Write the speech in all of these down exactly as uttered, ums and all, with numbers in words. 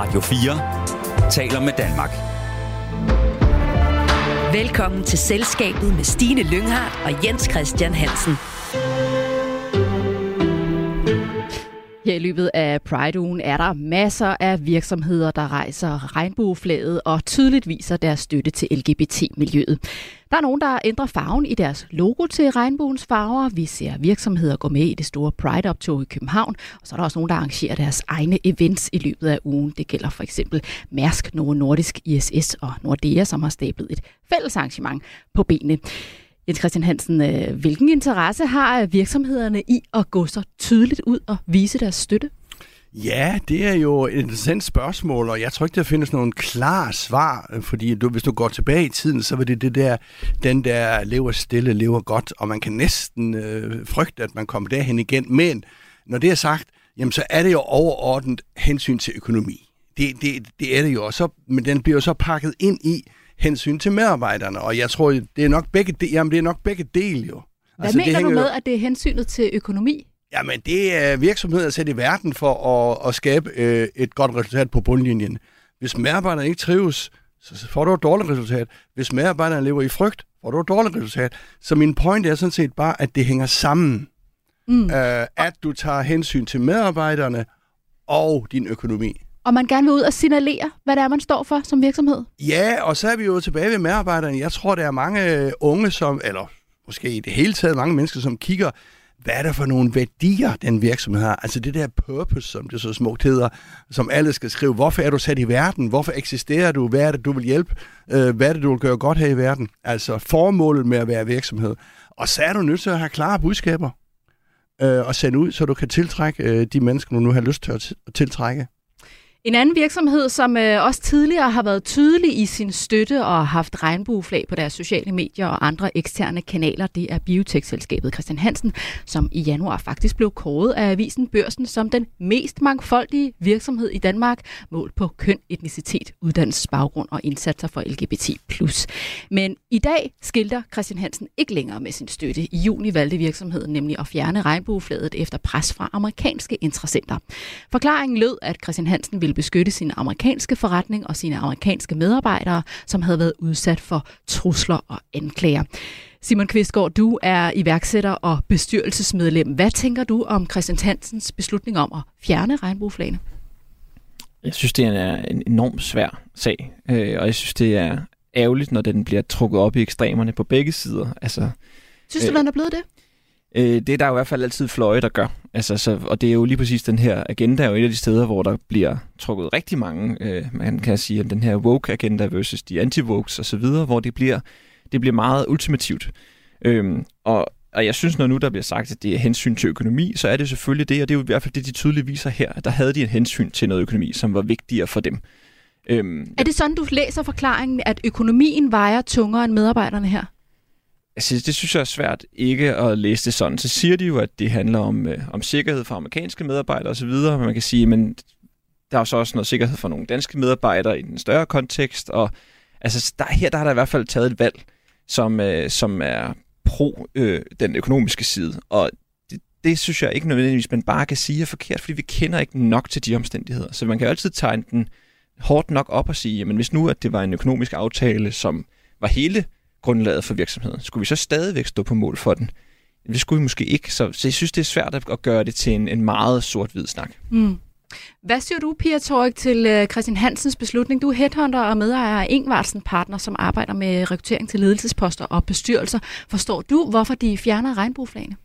Radio fire taler med Danmark. Velkommen til Selskabet med Stine Lynghardt og Jens Christian Hansen. Her i løbet af Pride-ugen er der masser af virksomheder, der rejser regnbueflaget og tydeligt viser deres støtte til L G B T-miljøet. Der er nogen, der ændrer farven i deres logo til regnbuens farver. Vi ser virksomheder gå med i det store Pride-optog i København. Og så er der også nogen, der arrangerer deres egne events i løbet af ugen. Det gælder for eksempel Mærsk, Novo Nordisk, I S S og Nordea, som har stablet et fælles arrangement på benene. Jens Christian Hansen, hvilken interesse har virksomhederne i at gå så tydeligt ud og vise deres støtte? Ja, det er jo et interessant spørgsmål, og jeg tror ikke, der findes nogen klar svar, fordi du, hvis du går tilbage i tiden, så var det det der, den der lever stille, lever godt, og man kan næsten øh, frygte, at man kommer derhen igen. Men når det er sagt, jamen, så er det jo overordnet hensyn til økonomi. Det, det, det er det jo også, men den bliver jo så pakket ind i hensyn til medarbejderne, og jeg tror, det er nok begge del, jamen det er nok begge dele jo. Hvad altså, mener du med, jo, at det er hensynet til økonomi? Jamen det er virksomheder sat i verden for at, at skabe øh, et godt resultat på bundlinjen. Hvis medarbejderne ikke trives, så får du et dårligt resultat. Hvis medarbejderne lever i frygt, får du et dårligt resultat. Så min point er sådan set bare, at det hænger sammen. Mm. Øh, at du tager hensyn til medarbejderne og din økonomi. Og man gerne vil ud og signalere, hvad det er, man står for som virksomhed? Ja, og så er vi jo tilbage ved medarbejderne. Jeg tror, der er mange unge, som, eller måske i det hele taget mange mennesker, som kigger, hvad er der for nogle værdier, den virksomhed har? Altså det der purpose, som det så smukt hedder, som alle skal skrive. Hvorfor er du sat i verden? Hvorfor eksisterer du? Hvad er det, du vil hjælpe? Hvad er det, du vil gøre godt her i verden? Altså formålet med at være virksomhed. Og så er du nødt til at have klare budskaber og sende ud, så du kan tiltrække de mennesker, du nu har lyst til at tiltrække. En anden virksomhed, som øh, også tidligere har været tydelig i sin støtte og haft regnbueflag på deres sociale medier og andre eksterne kanaler, det er biotech-selskabet Christian Hansen, som i januar faktisk blev kåret af avisen Børsen som den mest mangfoldige virksomhed i Danmark, målt på køn, etnicitet, uddannelsesbaggrund og indsatser for L G B T plus. Men i dag skilter Christian Hansen ikke længere med sin støtte. I juni valgte virksomheden nemlig at fjerne regnbueflaget efter pres fra amerikanske interessenter. Forklaringen lød, at Christian Hansen ville beskytte sin amerikanske forretning og sine amerikanske medarbejdere, som havde været udsat for trusler og anklager. Simon Kvistgaard, du er iværksætter og bestyrelsesmedlem. Hvad tænker du om Christian Hansens beslutning om at fjerne regnbueflagene? Jeg synes, det er en enormt svær sag, og jeg synes, det er ærgerligt, når den bliver trukket op i ekstremerne på begge sider. Altså, synes du, øh, den er blevet det? Det er der jo i hvert fald altid fløje, der gør. Altså, så, og det er jo lige præcis den her agenda, er jo et af de steder, hvor der bliver trukket rigtig mange, øh, man kan sige, den her woke-agenda versus de anti-wokes osv., hvor det bliver, det bliver meget ultimativt. Øhm, og, og jeg synes, når nu der bliver sagt, at det er hensyn til økonomi, så er det selvfølgelig det, og det er jo i hvert fald det, de tydeligt viser her, at der havde de en hensyn til noget økonomi, som var vigtigere for dem. Øhm, er det sådan, du læser forklaringen, at økonomien vejer tungere end medarbejderne her? Altså, det synes jeg er svært ikke at læse det sådan. Så siger de jo, at det handler om, øh, om sikkerhed for amerikanske medarbejdere osv., men man kan sige, men der er jo så også noget sikkerhed for nogle danske medarbejdere i den større kontekst, og altså, der, her der har der i hvert fald taget et valg, som, øh, som er pro øh, den økonomiske side, og det, det synes jeg ikke nødvendigvis, man bare kan sige er forkert, fordi vi kender ikke nok til de omstændigheder. Så man kan jo altid tegne den hårdt nok op og sige, men hvis nu, at det var en økonomisk aftale, som var hele grundlaget for virksomheden, skulle vi så stadigvæk stå på mål for den? Det skulle vi måske ikke, så, så jeg synes, det er svært at gøre det til en, en meget sort-hvid snak. Mm. Hvad siger du, Pia Torek, til uh, Christian Hansens beslutning? Du er headhunter og medejer af Ingvartsen Partner, som arbejder med rekruttering til ledelsesposter og bestyrelser. Forstår du, hvorfor de fjerner regnbueflagene?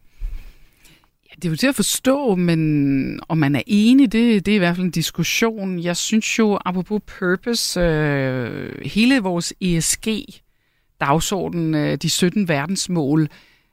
Ja, det er jo til at forstå, men om man er enig, det, det er i hvert fald en diskussion. Jeg synes jo, apropos purpose, øh, hele vores E S G dagsorden, de sytten verdensmål,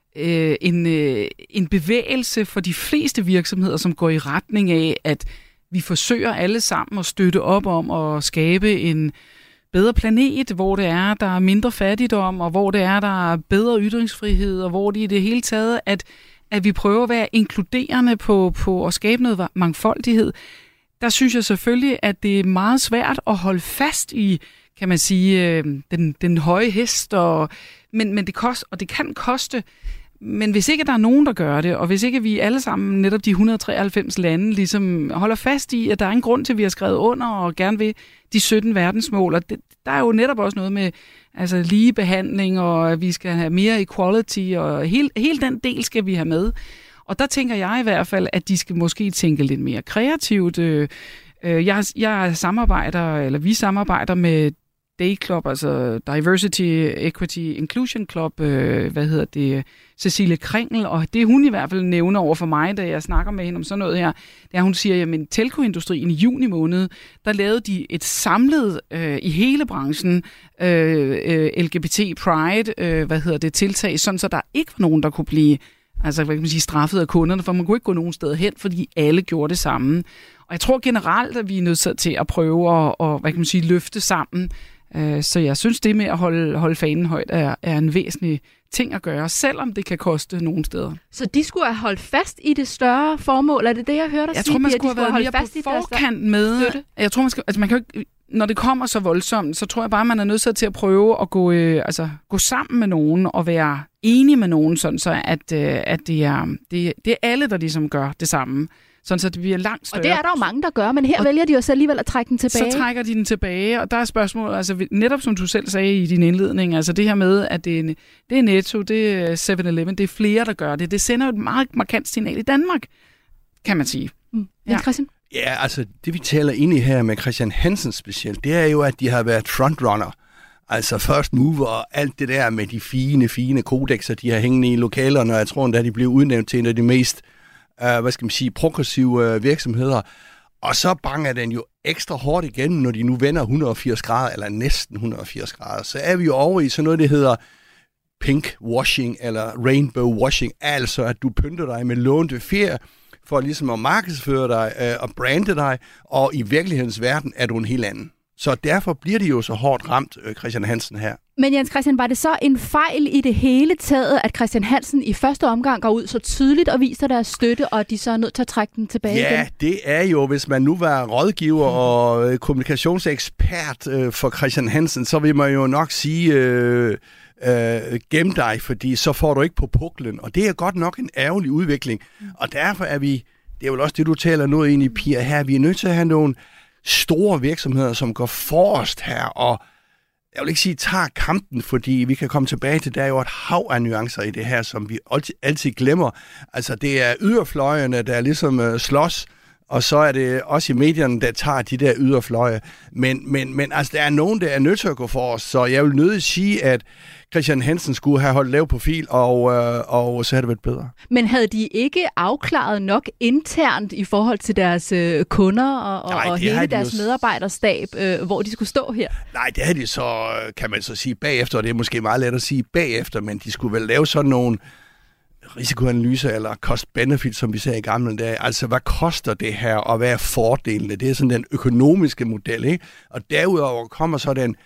en, en bevægelse for de fleste virksomheder, som går i retning af, at vi forsøger alle sammen at støtte op om at skabe en bedre planet, hvor det er, der er mindre fattigdom, og hvor det er, der er bedre ytringsfrihed, og hvor det i det hele taget, at, at vi prøver at være inkluderende på, på at skabe noget mangfoldighed. Der synes jeg selvfølgelig, at det er meget svært at holde fast i, kan man sige, den, den høje hest, og, men, men det kost, og det kan koste. Men hvis ikke der er nogen, der gør det, og hvis ikke vi alle sammen, netop de et hundrede og treoghalvfems lande, ligesom holder fast i, at der er en grund til, at vi har skrevet under og gerne vil de sytten verdensmål, og det, der er jo netop også noget med altså, lige behandling, og at vi skal have mere equality, og hele, hele den del skal vi have med. Og der tænker jeg i hvert fald, at de skal måske tænke lidt mere kreativt. Jeg, jeg samarbejder, eller vi samarbejder med Day Club, altså Diversity, Equity, Inclusion Club, øh, hvad hedder det, Cecilie Kringel, og det hun i hvert fald nævner over for mig, da jeg snakker med hende om sådan noget her, det er, hun siger, jamen telco-industrien i juni måned, der lavede de et samlet øh, i hele branchen øh, øh, L G B T Pride, øh, hvad hedder det, tiltag, sådan så der ikke var nogen, der kunne blive altså, hvad kan man sige, straffet af kunderne, for man kunne ikke gå nogen steder hen, fordi alle gjorde det samme. Og jeg tror generelt, at vi er nødt til at prøve at, og, hvad kan man sige, løfte sammen. Så jeg synes, det med at holde, holde fanen højt er, er en væsentlig ting at gøre, selvom det kan koste nogle steder. Så de skulle have holdt fast i det større formål? Er det det, jeg hørte dig jeg sige? Tror, man skulle de have været mere på forkant med. Støtte? Jeg tror, man skal, altså man kan jo ikke, når det kommer så voldsomt, så tror jeg bare, man er nødt til at prøve at gå, øh, altså, gå sammen med nogen og være enige med nogen, sådan så at, øh, at det, er, det, det er alle, der ligesom gør det samme. Sådan så det bliver langt større. Og det er der jo mange, der gør, men her og vælger de jo så alligevel at trække den tilbage. Så trækker de den tilbage, og der er spørgsmålet, altså netop som du selv sagde i din indledning, altså det her med, at det er, det er Netto, det er seven eleven, det er flere, der gør det. Det sender jo et meget markant signal i Danmark, kan man sige. Mm. Ja, Christian? Ja, altså det vi taler ind i her med Christian Hansen specielt, det er jo, at de har været frontrunner. Altså first mover og alt det der med de fine, fine kodexer, de har hængende i lokalerne, og jeg tror endda, de blev udnævnt til en af de mest Uh, hvad skal man sige, progressive uh, virksomheder. Og så banger den jo ekstra hårdt igen, når de nu vender et hundrede og firs grader, eller næsten et hundrede og firs grader. Så er vi jo over i sådan noget, det hedder pink washing, eller rainbow washing, altså at du pynter dig med lånte fjer, for ligesom at markedsføre dig uh, og brande dig, og i virkelighedens verden er du en helt anden. Så derfor bliver det jo så hårdt ramt, uh, Christian Hansen her. Men Jens Christian, var det så en fejl i det hele taget, at Christian Hansen i første omgang går ud så tydeligt og viser deres støtte, og de så er nødt til at trække den tilbage ja, igen? Ja, det er jo, hvis man nu var rådgiver og øh, kommunikationsekspert øh, for Christian Hansen, så vil man jo nok sige, øh, øh, gem dig, fordi så får du ikke på puklen. Og det er godt nok en ærgerlig udvikling. Og derfor er vi, det er vel også det, du taler noget ind i, Pia, her, vi er nødt til at have nogle store virksomheder, som går forrest her, og jeg vil ikke sige, tager kampen, fordi vi kan komme tilbage til, der er jo et hav af nuancer i det her, som vi altid, altid glemmer. Altså, det er yderfløjene, der ligesom uh, slås, og så er det også i medierne, der tager de der yderfløje. Men, men, men altså, der er nogen, der er nødt til at gå for os, så jeg vil nødigt sige, at Christian Hansen skulle have holdt lav profil, og, øh, og så havde det været bedre. Men havde de ikke afklaret nok internt i forhold til deres øh, kunder og, Nej, og hele deres de medarbejderstab, øh, hvor de skulle stå her? Nej, det havde de så, kan man så sige, bagefter, og det er måske meget let at sige bagefter, men de skulle vel lave sådan nogle risikoanalyser eller cost-benefit, som vi sagde i gamle dage. Altså, hvad koster det her, og hvad er fordelene? Det er sådan den økonomiske model, ikke? Og derudover kommer så den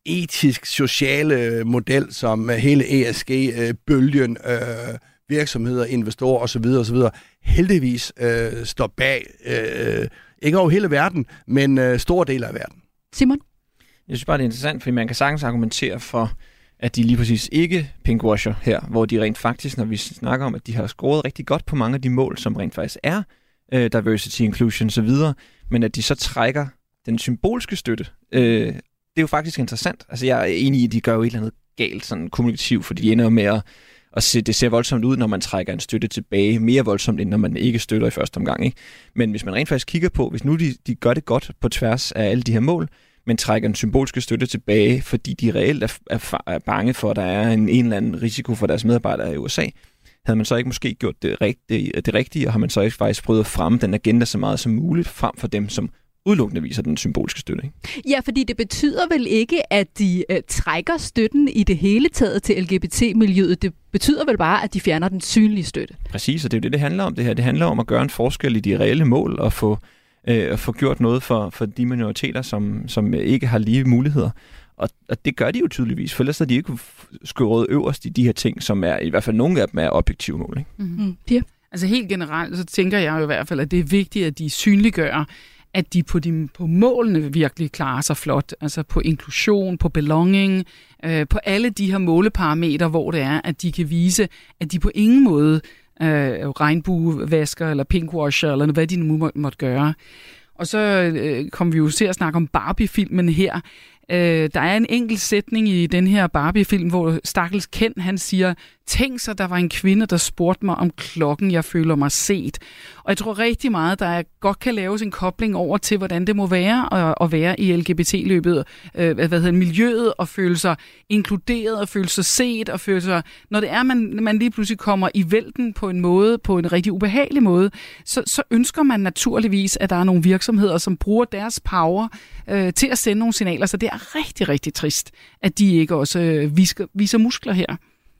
etisk-sociale model, som hele E S G-bølgen, øh, virksomheder, investorer osv. osv. heldigvis øh, står bag. Øh, ikke over hele verden, men øh, store dele af verden. Simon? Jeg synes bare, det er interessant, fordi man kan sagtens argumentere for, at de lige præcis ikke pinkwasher her, hvor de rent faktisk, når vi snakker om, at de har scoret rigtig godt på mange af de mål, som rent faktisk er øh, diversity, inclusion osv., men at de så trækker den symbolske støtte. Øh, det er jo faktisk interessant. Altså jeg er enig i, at de gør jo et eller andet galt sådan kommunikativt, fordi de ender med at, at se, det ser voldsomt ud, når man trækker en støtte tilbage, mere voldsomt, end når man ikke støtter i første omgang. Ikke? Men hvis man rent faktisk kigger på, hvis nu de, de gør det godt på tværs af alle de her mål, men trækker en symbolske støtte tilbage, fordi de reelt er, er, er bange for, at der er en, en eller anden risiko for deres medarbejdere i U S A, havde man så ikke måske gjort det rigtige, det rigtige, og har man så ikke faktisk prøvet at fremme den agenda så meget som muligt, frem for dem, som udelukkende viser den symbolske støtte. Ikke? Ja, fordi det betyder vel ikke, at de øh, trækker støtten i det hele taget til L G B T-miljøet. Det betyder vel bare, at de fjerner den synlige støtte. Præcis, og det er jo det, det handler om det her. Det handler om at gøre en forskel i de reelle mål, og få, øh, at få gjort noget for, for de minoriteter, som, som ikke har lige muligheder. Og, og det gør de jo tydeligvis, for ellers er de ikke skåret øverst i de her ting, som er i hvert fald nogle af dem er objektive mål. Ikke? Mm-hmm. Ja. Altså helt generelt, så tænker jeg jo i hvert fald, at det er vigtigt, at de synliggør, at de på, de på målene virkelig klarer sig flot. Altså på inklusion, på belonging, øh, på alle de her måleparametre, hvor det er, at de kan vise, at de på ingen måde øh, regnbuevasker eller pinkwasher, eller hvad de nu må, måtte gøre. Og så øh, kommer vi jo til at snakke om Barbie-filmen her. Øh, der er en enkelt sætning i den her Barbie-film, hvor stakkels Ken, han siger, tænk så, der var en kvinde, der spurgte mig om klokken, jeg føler mig set. Og jeg tror rigtig meget, der godt kan laves en kobling over til, hvordan det må være at, at være i L G B T-løbet, øh, hvad hedder miljøet, og føle sig inkluderet, og føle sig set, og føle sig, når det er, man, man lige pludselig kommer i vælten på en måde, på en rigtig ubehagelig måde, så, så ønsker man naturligvis, at der er nogle virksomheder, som bruger deres power øh, til at sende nogle signaler. Så det er rigtig, rigtig trist, at de ikke også øh, visker, viser muskler her.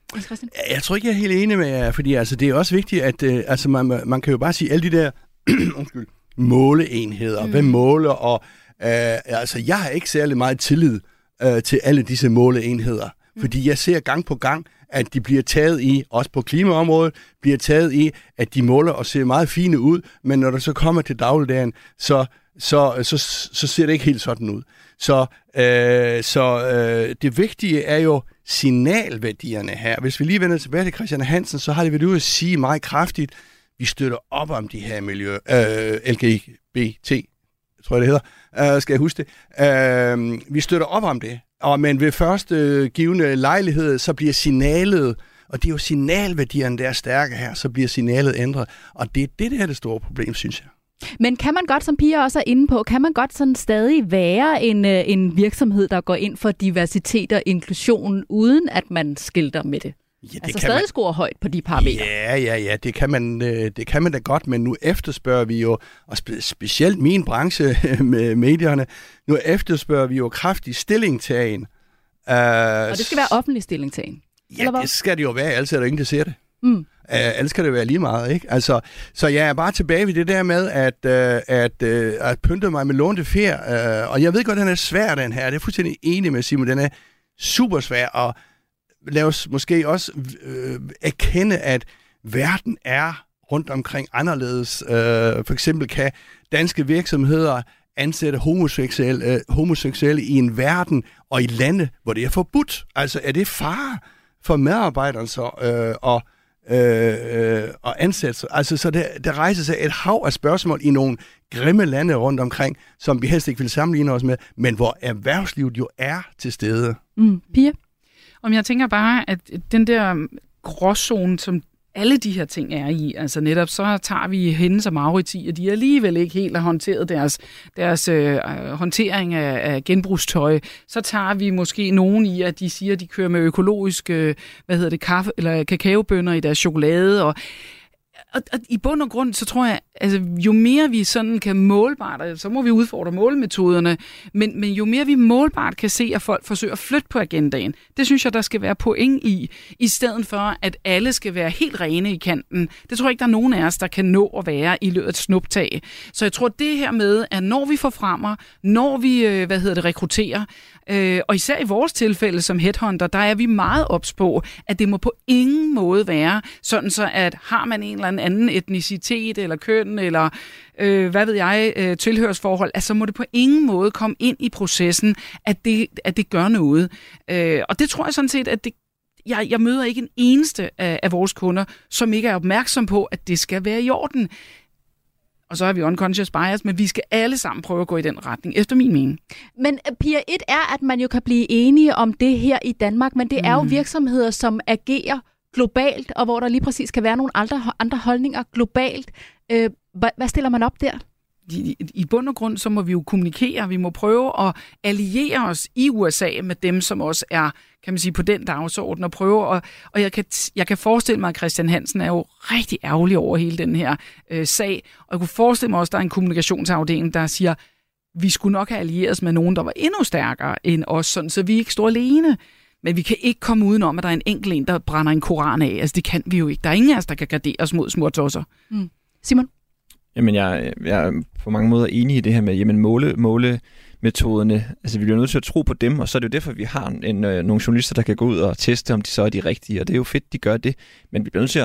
Jeg tror ikke, jeg er helt enig med jer, fordi altså, det er også vigtigt, at øh, altså, man, man kan jo bare sige, alle de der undskyld, måleenheder, mm. hvad måler, og øh, altså, jeg har ikke særlig meget tillid øh, til alle disse måleenheder, mm. fordi jeg ser gang på gang, at de bliver taget i, også på klimaområdet, bliver taget i, at de måler og ser meget fine ud, men når der så kommer til dagligdagen, så, så, så, så ser det ikke helt sådan ud. Så, øh, så øh, det vigtige er jo signalværdierne her. Hvis vi lige vender tilbage til Christian Hansen, så har de været ude at sige meget kraftigt, vi støtter op om de her miljø, øh, L G B T, tror jeg det hedder, øh, skal jeg huske det. Øh, vi støtter op om det, og men ved første øh, givende lejlighed, så bliver signalet, og det er jo signalværdierne, der er stærke her, så bliver signalet ændret, og det er det, der er det store problem, synes jeg. Men kan man godt, som Pia også er inde på, kan man godt sådan stadig være en, en virksomhed, der går ind for diversitet og inklusion, uden at man skilter med det? Ja, det altså stadig man... score højt på de parametre? Ja, ja, ja, det kan, man, det kan man da godt, men nu efterspørger vi jo, og spe- specielt min branche med medierne, nu efterspørger vi jo kraftig stillingtagen. Uh, og det skal være offentlig stillingtagen? Ja, det skal det jo være, ellers er der ingen, der ser det. Mm. Uh, ellers kan det være lige meget, ikke? Altså, så jeg er bare tilbage ved det der med, at, uh, at, uh, at pynte mig med lånte fjer. Uh, og jeg ved godt, den er svær, den her. Det er fuldstændig enig med Simon. Den er super svær, og lad os måske også uh, erkende, at verden er rundt omkring anderledes. Uh, for eksempel kan danske virksomheder ansætte homoseksuelle, uh, homoseksuelle i en verden og i lande, hvor det er forbudt. Altså, er det fare for medarbejderne så, uh, og Øh, øh, og ansætte. Altså, så der, der rejser sig et hav af spørgsmål i nogle grimme lande rundt omkring, som vi helst ikke vil sammenligne os med, men hvor erhvervslivet jo er til stede. Mm. Pia? Om jeg tænker bare, at den der gråzone, som alle de her ting er i, altså netop så tager vi Hennes og Maurits i, og de alligevel ikke helt har håndteret deres, deres øh, håndtering af, af genbrugstøj. Så tager vi måske nogen i, at de siger, at de kører med økologisk, øh, hvad hedder det, kaffe eller kakaobønner i deres chokolade, og Og, og i bund og grund, så tror jeg, altså jo mere vi sådan kan målbart, så må vi udfordre målmetoderne, men, men jo mere vi målbart kan se, at folk forsøger at flytte på agendaen, det synes jeg, der skal være point i, i stedet for, at alle skal være helt rene i kanten. Det tror jeg ikke, der er nogen af os, der kan nå at være i løbet af et snuptag. Så jeg tror, det her med, at når vi forfremmer, når vi, hvad hedder det, rekrutterer, øh, og især i vores tilfælde som headhunter, der er vi meget ops på, at det må på ingen måde være sådan så, at har man en eller anden anden etnicitet eller køn eller øh, hvad ved jeg, øh, tilhørsforhold, altså må det på ingen måde komme ind i processen, at det, at det gør noget. Øh, og det tror jeg sådan set, at det, jeg, jeg møder ikke en eneste af, af vores kunder, som ikke er opmærksom på, at det skal være i orden. Og så har vi unconscious bias, men vi skal alle sammen prøve at gå i den retning, efter min mening. Men Pia, et er, at man jo kan blive enige om det her i Danmark, men det er jo virksomheder, som agerer globalt, og hvor der lige præcis kan være nogle andre, andre holdninger globalt. Øh, hvad, hvad stiller man op der? I, I bund og grund, så må vi jo kommunikere. Vi må prøve at alliere os i U S A med dem, som også er, kan man sige, på den dagsorden, og prøve at, og jeg kan, jeg kan forestille mig, at Christian Hansen er jo rigtig ærgerlig over hele den her øh, sag, og jeg kunne forestille mig også, at der er en kommunikationsafdeling, der siger, vi skulle nok have allieret os med nogen, der var endnu stærkere end os, sådan, så vi ikke står alene. Men vi kan ikke komme udenom, at der er en enkelt en, der brænder en koran af. Altså, det kan vi jo ikke. Der er ingen af os, der kan gardere os mod smurtosser. Mm. Simon? Jamen, jeg, jeg er på mange måder enig i det her med, jamen, måle, målemetoderne. Altså, vi bliver nødt til at tro på dem, og så er det jo derfor, vi har en, øh, nogle journalister, der kan gå ud og teste, om de så er de rigtige. Og det er jo fedt, de gør det. Men vi bliver nødt til at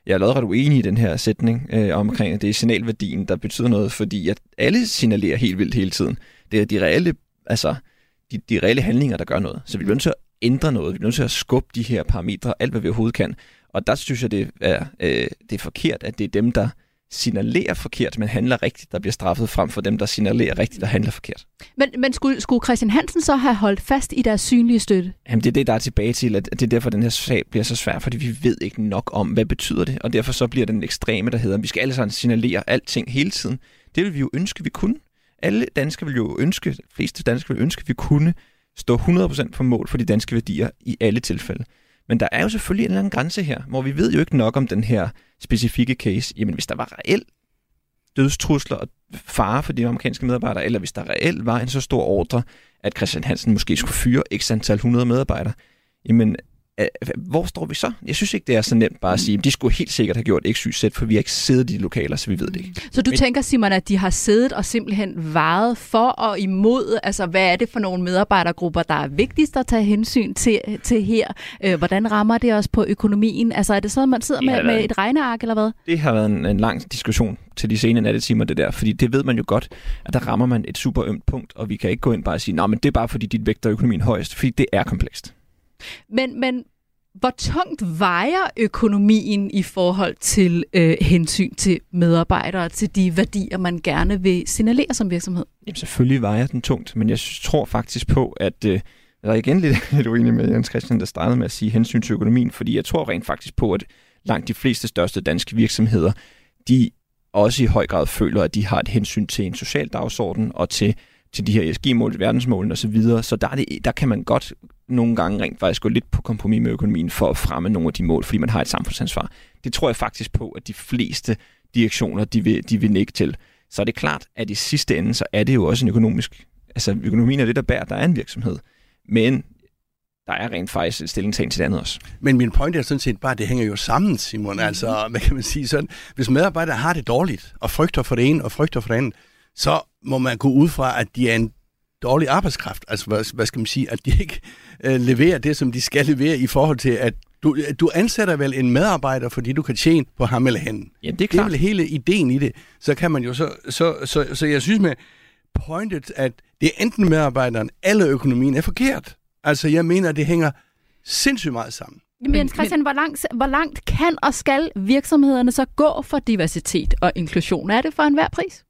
jeg er lodret uenig i den her sætning øh, omkring, at det er signalværdien, der betyder noget, fordi at alle signalerer helt vildt hele tiden. Det er de reelle, altså, de, de reelle handlinger, der gør noget. Så vi bliver nødt til at ændre noget. Vi bliver nødt til at skubbe de her parametre, alt hvad vi overhovedet kan. Og der synes jeg, det er, øh, det er forkert, at det er dem, der signalerer forkert, men handler rigtigt, der bliver straffet frem for dem, der signalerer rigtigt og handler forkert. Men, men skulle, skulle Christian Hansen så have holdt fast i deres synlige støtte? Jamen det er det, der er tilbage til, at det er derfor, den her sag bliver så svær, fordi vi ved ikke nok om, hvad betyder det, og derfor så bliver den ekstreme, der hedder, at vi skal alle sammen signalere alting hele tiden. Det vil vi jo ønske, vi kunne. Alle danskere vil jo ønske, de fleste danskere vil ønske, at vi kunne stå hundrede procent på mål for de danske værdier i alle tilfælde. Men der er jo selvfølgelig en eller anden grænse her, hvor vi ved jo ikke nok om den her specifikke case. Jamen hvis der var reelt dødstrusler og fare for de amerikanske medarbejdere, eller hvis der reelt var en så stor ordre, at Christian Hansen måske skulle fyre x antal hundrede medarbejdere, jamen hvor står vi så? Jeg synes ikke, det er så nemt bare at sige, at de skulle helt sikkert have gjort x y z, for vi har ikke siddet i de lokaler, så vi ved det ikke. Så du Men... tænker, Simon, at de har siddet og simpelthen vejet for og imod, altså hvad er det for nogle medarbejdergrupper, der er vigtigst at tage hensyn til, til her? Øh, hvordan rammer det også på økonomien? Altså er det sådan, man sidder med, været... med et regneark, eller hvad? Det har været en, en lang diskussion til de sene nattetimer, det der, fordi det ved man jo godt, at der rammer man et super ømt punkt, og vi kan ikke gå ind bare og sige, nej, men det er bare fordi dit vægter økonomien højest, fordi det er komplekst. Men, men hvor tungt vejer økonomien i forhold til øh, hensyn til medarbejdere, til de værdier, man gerne vil signalere som virksomhed? Jamen selvfølgelig vejer den tungt, men jeg tror faktisk på, at øh, jeg er igen lidt, lidt uenig med Jens Christian, der startede med at sige hensyn til økonomien, fordi jeg tror rent faktisk på, at langt de fleste største danske virksomheder, de også i høj grad føler, at de har et hensyn til en social dagsorden og til til de her E S G-mål, verdensmålene osv., så, så der, er det, der kan man godt nogle gange rent faktisk gå lidt på kompromis med økonomien for at fremme nogle af de mål, fordi man har et samfundsansvar. Det tror jeg faktisk på, at de fleste direktioner, de vil, de vil nikke til. Så er det klart, at i sidste ende, så er det jo også en økonomisk... Altså, økonomien er det, der bærer, der er en virksomhed. Men der er rent faktisk et stillingtagen til det andet også. Men min point er sådan set bare, at det hænger jo sammen, Simon. Altså, hvad kan man sige sådan? Hvis medarbejdere har det dårligt, og frygter for det ene, og frygter for det andet, så må man gå ud fra, at de er en dårlig arbejdskraft. Altså, hvad, hvad skal man sige? At de ikke øh, leverer det, som de skal levere i forhold til, at du, du ansætter vel en medarbejder, fordi du kan tjene på ham eller hende. Ja, det er klart. Det er vel hele ideen i det. Så kan man jo så... Så, så, så jeg synes med pointet, at det er enten medarbejderen eller økonomien er forkert. Altså, jeg mener, at det hænger sindssygt meget sammen. Men Jens Christian, hvor langt, hvor langt kan og skal virksomhederne så gå for diversitet og inklusion? Er det for enhver pris?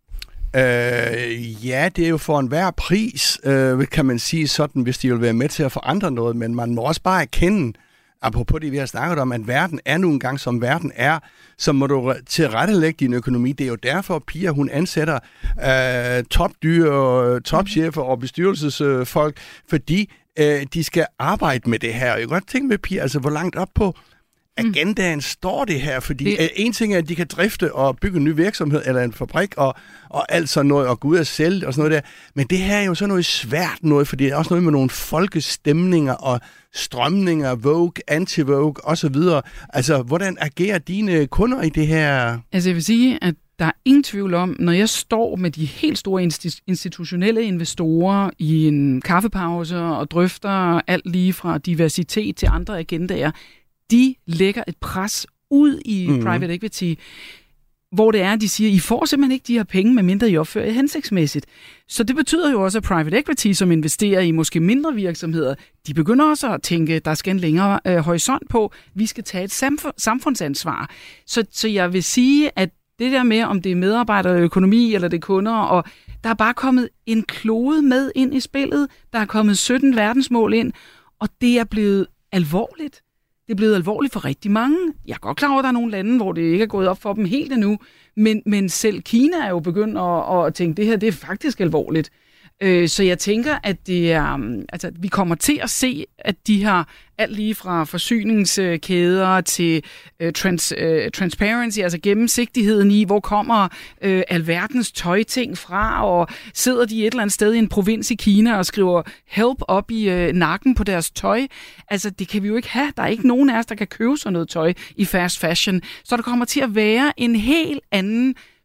Øh, ja, det er jo for enhver pris, øh, kan man sige sådan, hvis de vil være med til at forandre noget, men man må også bare erkende, apropos det, vi har snakket om, at verden er nu engang, som verden er, så må du tilrettelægge din økonomi. Det er jo derfor, at Pia, hun ansætter øh, topdyr, topchefer og bestyrelsesfolk, fordi øh, de skal arbejde med det her. Jeg kan godt tænke med, Pia, altså hvor langt op på agendaen står det her, fordi det... en ting er, at de kan drifte og bygge en ny virksomhed eller en fabrik og, og alt sådan noget, og gå ud og sælge og sådan noget der. Men det her er jo så noget svært noget, fordi det er også noget med nogle folkestemninger og strømninger, Vogue, anti-Vogue osv. Altså, hvordan agerer dine kunder i det her? Altså, jeg vil sige, at der er ingen tvivl om, når jeg står med de helt store institutionelle investorer i en kaffepause og drøfter alt lige fra diversitet til andre agendaer, de lægger et pres ud i mm. private equity, hvor det er, de siger, I får simpelthen ikke de her penge, medmindre I opfører jer hensigtsmæssigt. Så det betyder jo også, at private equity, som investerer i måske mindre virksomheder, de begynder også at tænke, der skal en længere øh, horisont på, vi skal tage et samf- samfundsansvar. Så, så jeg vil sige, at det der med, om det er medarbejdere, økonomi eller det er kunder, og der er bare kommet en klode med ind i spillet, der er kommet sytten verdensmål ind, og det er blevet alvorligt. Det er blevet alvorligt for rigtig mange. Jeg er godt klar over, at der er nogle lande, hvor det ikke er gået op for dem helt endnu. Men, men selv Kina er jo begyndt at, at tænke, det her det er faktisk alvorligt. Øh, så jeg tænker, at det er, altså, vi kommer til at se, at de her alt lige fra forsyningskæder til uh, trans, uh, transparency, altså gennemsigtigheden i, hvor kommer uh, alverdens tøjting fra, og sidder de et eller andet sted i en provins i Kina og skriver help op i uh, nakken på deres tøj. Altså, det kan vi jo ikke have. Der er ikke nogen af os, der kan købe sådan noget tøj i fast fashion. Så der kommer til at være en helt anden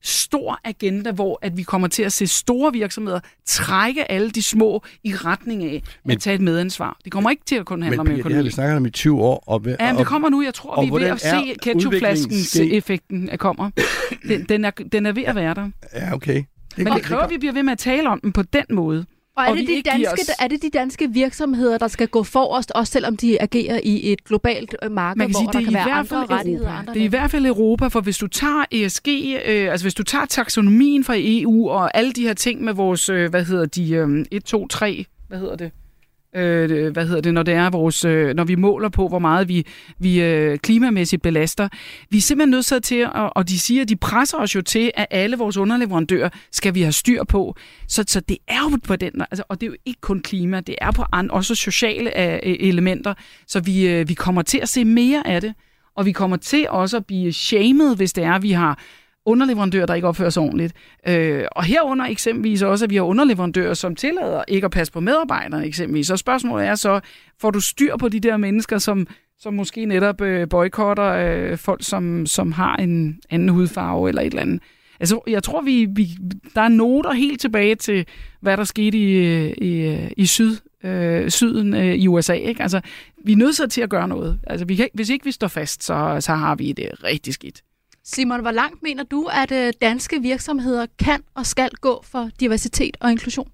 stor agenda, hvor at vi kommer til at se store virksomheder trække alle de små i retning af men, at tage et medansvar. Det kommer ikke til at kun handle om økonomi. Men det har vi snakket om i tyve år. Og, og, ja, det kommer nu. Jeg tror, vi er ved at se ketchupflaskens effekten kommer. Den, den, er, den er ved at være der. Ja, okay. Det men det kræver, at vi bliver ved med at tale om den på den måde. Og er, og det de danske, os... er det de danske virksomheder, der skal gå forrest, også selvom de agerer i et globalt marked, hvor sige, der kan være andre rettigheder? Andre det er i hvert fald Europa, for hvis du tager E S G, øh, altså hvis du tager taksonomien fra E U og alle de her ting med vores, øh, hvad hedder de, øh, et, to, tre, hvad hedder det? Øh, hvad hedder det, når det er vores, øh, når vi måler på, hvor meget vi, vi øh, klimamæssigt belaster. Vi er simpelthen nødt til at, og, og de siger, de presser os jo til, at alle vores underleverandører skal vi have styr på. Så, så det er jo på den, altså, og det er jo ikke kun klima, det er på andre, også sociale øh, elementer, så vi, øh, vi kommer til at se mere af det, og vi kommer til også at blive shamed, hvis det er, at vi har underleverandører, der ikke opfører sig ordentligt. Øh, og herunder eksempelvis også, at vi har underleverandører, som tillader ikke at passe på medarbejderne eksempelvis. Så spørgsmålet er så, får du styr på de der mennesker, som, som måske netop øh, boykotter øh, folk, som, som har en anden hudfarve eller et eller andet. Altså, jeg tror, vi, vi der er noter helt tilbage til, hvad der skete i, i, i syd, øh, syden øh, i U S A. Ikke? Altså, vi er nødt til at gøre noget. Altså, vi kan, hvis ikke vi står fast, så, så har vi det rigtig skidt. Simon, hvor langt mener du, at danske virksomheder kan og skal gå for diversitet og inklusion?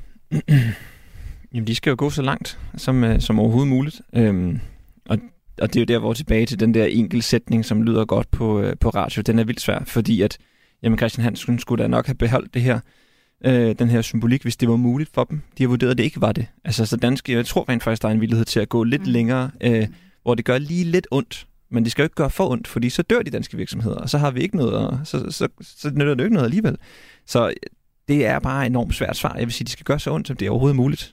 Jamen, de skal jo gå så langt som, som overhovedet muligt. Øhm, og, og det er jo der, hvor tilbage til den der enkel sætning, som lyder godt på, på radio. Den er vildt svær, fordi at jamen, Christian Hansen skulle da nok have beholdt det her, øh, den her symbolik, hvis det var muligt for dem. De har vurderet, at det ikke var det. Altså, så danske, jeg tror rent faktisk, der er en villighed til at gå lidt mm. længere, øh, hvor det gør lige lidt ondt. Men det skal jo ikke gøre for ondt, fordi så dør de danske virksomheder, og så har vi ikke noget, og så, så, så nytter det jo ikke noget alligevel. Så det er bare enormt svært svar. Jeg vil sige, at de skal gøre så ondt, som det er overhovedet muligt.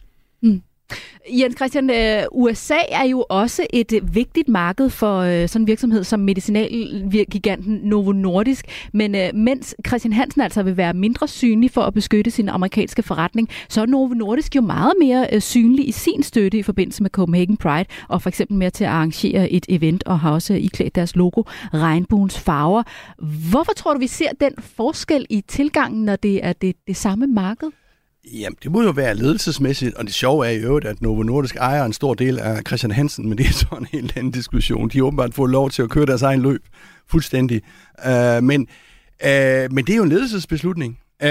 Mm. Jens Christian, U S A er jo også et vigtigt marked for sådan en virksomhed som medicinalgiganten Novo Nordisk, men mens Christian Hansen altså vil være mindre synlig for at beskytte sin amerikanske forretning, så er Novo Nordisk jo meget mere synlig i sin støtte i forbindelse med Copenhagen Pride, og for eksempel med til at arrangere et event og har også iklædt deres logo regnbuens farver. Hvorfor tror du, vi ser den forskel i tilgangen, når det er det, det samme marked? Jamen, det må jo være ledelsesmæssigt, og det sjove er i øvrigt, at Novo Nordisk ejer en stor del af Christian Hansen, men det er så en helt anden diskussion. De har åbenbart fået lov til at køre deres egen løb fuldstændig. Uh, men, uh, men det er jo en ledelsesbeslutning, uh,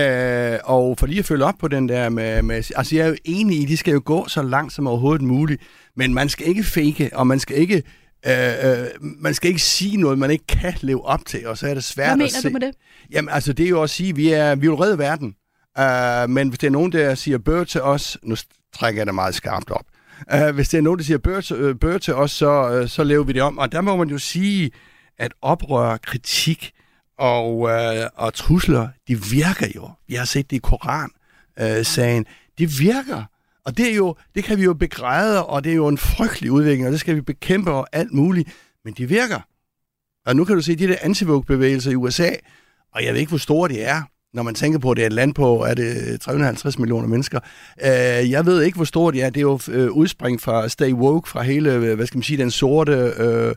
og for lige at følge op på den der med, med... Altså, jeg er jo enig i, at de skal jo gå så langt som overhovedet muligt, men man skal ikke fake, og man skal ikke... Uh, uh, man skal ikke sige noget, man ikke kan leve op til, og så er det svært at se... Hvad mener du med det? Jamen, altså, det er jo at sige, at vi, er, vi vil redde verden. Uh, men hvis det er nogen, der siger bør til os, nu trækker jeg det meget skarpt op, uh, hvis det er nogen, der siger bør til, uh, bør til os, så, uh, så laver vi det om. Og der må man jo sige, at oprør, kritik og, uh, og trusler, de virker jo. Vi har set det i Koran-sagen. Uh, det virker. Og det, er jo, det kan vi jo begræde, og det er jo en frygtelig udvikling, og det skal vi bekæmpe og alt muligt. Men de virker. Og nu kan du se de der anti-woke-bevægelser i U S A, og jeg ved ikke, hvor store de er. Når man tænker på, at det er et land på, er det tre hundrede og halvtreds millioner mennesker. Uh, jeg ved ikke, hvor stort det er. Det er jo uh, udspring fra Stay Woke, fra hele, hvad skal man sige, den sorte uh,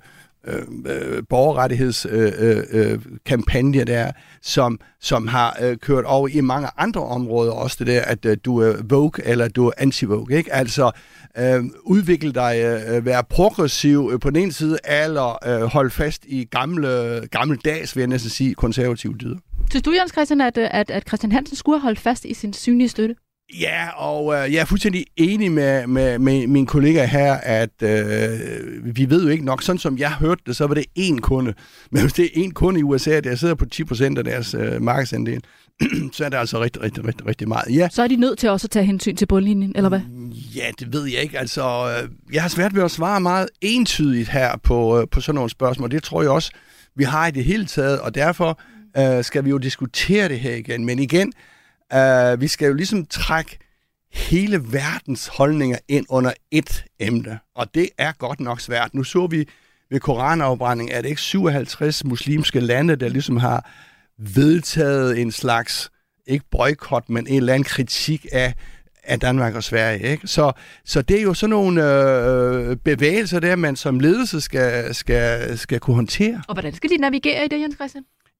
uh, borgerrettighedskampagne uh, uh, der, som, som har uh, kørt over i mange andre områder. Også det der, at uh, du er woke eller du er anti-woke. Ikke? Altså, uh, udvikle dig, uh, være progressiv uh, på den ene side, eller uh, holde fast i gamle, gammeldags, vil jeg næsten sige, konservative dyder. Synes du, Jens Christian, at, at, at Christian Hansen skulle have holdt fast i sin synlige støtte? Ja, og øh, jeg er fuldstændig enig med, med, med mine kollegaer her, at øh, vi ved jo ikke nok. Sådan som jeg hørte det, så var det én kunde. Men hvis det er én kunde i U S A, der sidder på ti procent af deres øh, markedsandel, så er det altså rigtig, rigtig, rigtig, rigtig meget. Ja. Så er de nødt til også at tage hensyn til bundlinjen, eller hvad? Ja, det ved jeg ikke. Altså, øh, jeg har svært ved at svare meget entydigt her på, øh, på sådan nogle spørgsmål. Det tror jeg også, vi har i det hele taget, og derfor Uh, skal vi jo diskutere det her igen. Men igen, uh, vi skal jo ligesom trække hele verdens holdninger ind under ét emne. Og det er godt nok svært. Nu så vi ved koranafbrænding, at det ikke syvoghalvtreds muslimske lande, der ligesom har vedtaget en slags, ikke boykot, men en eller anden kritik af, af Danmark og Sverige. Ikke? Så, så det er jo sådan nogle øh, bevægelser der, man som ledelse skal, skal, skal kunne håndtere. Og hvordan skal de navigere i det, Jens Christian?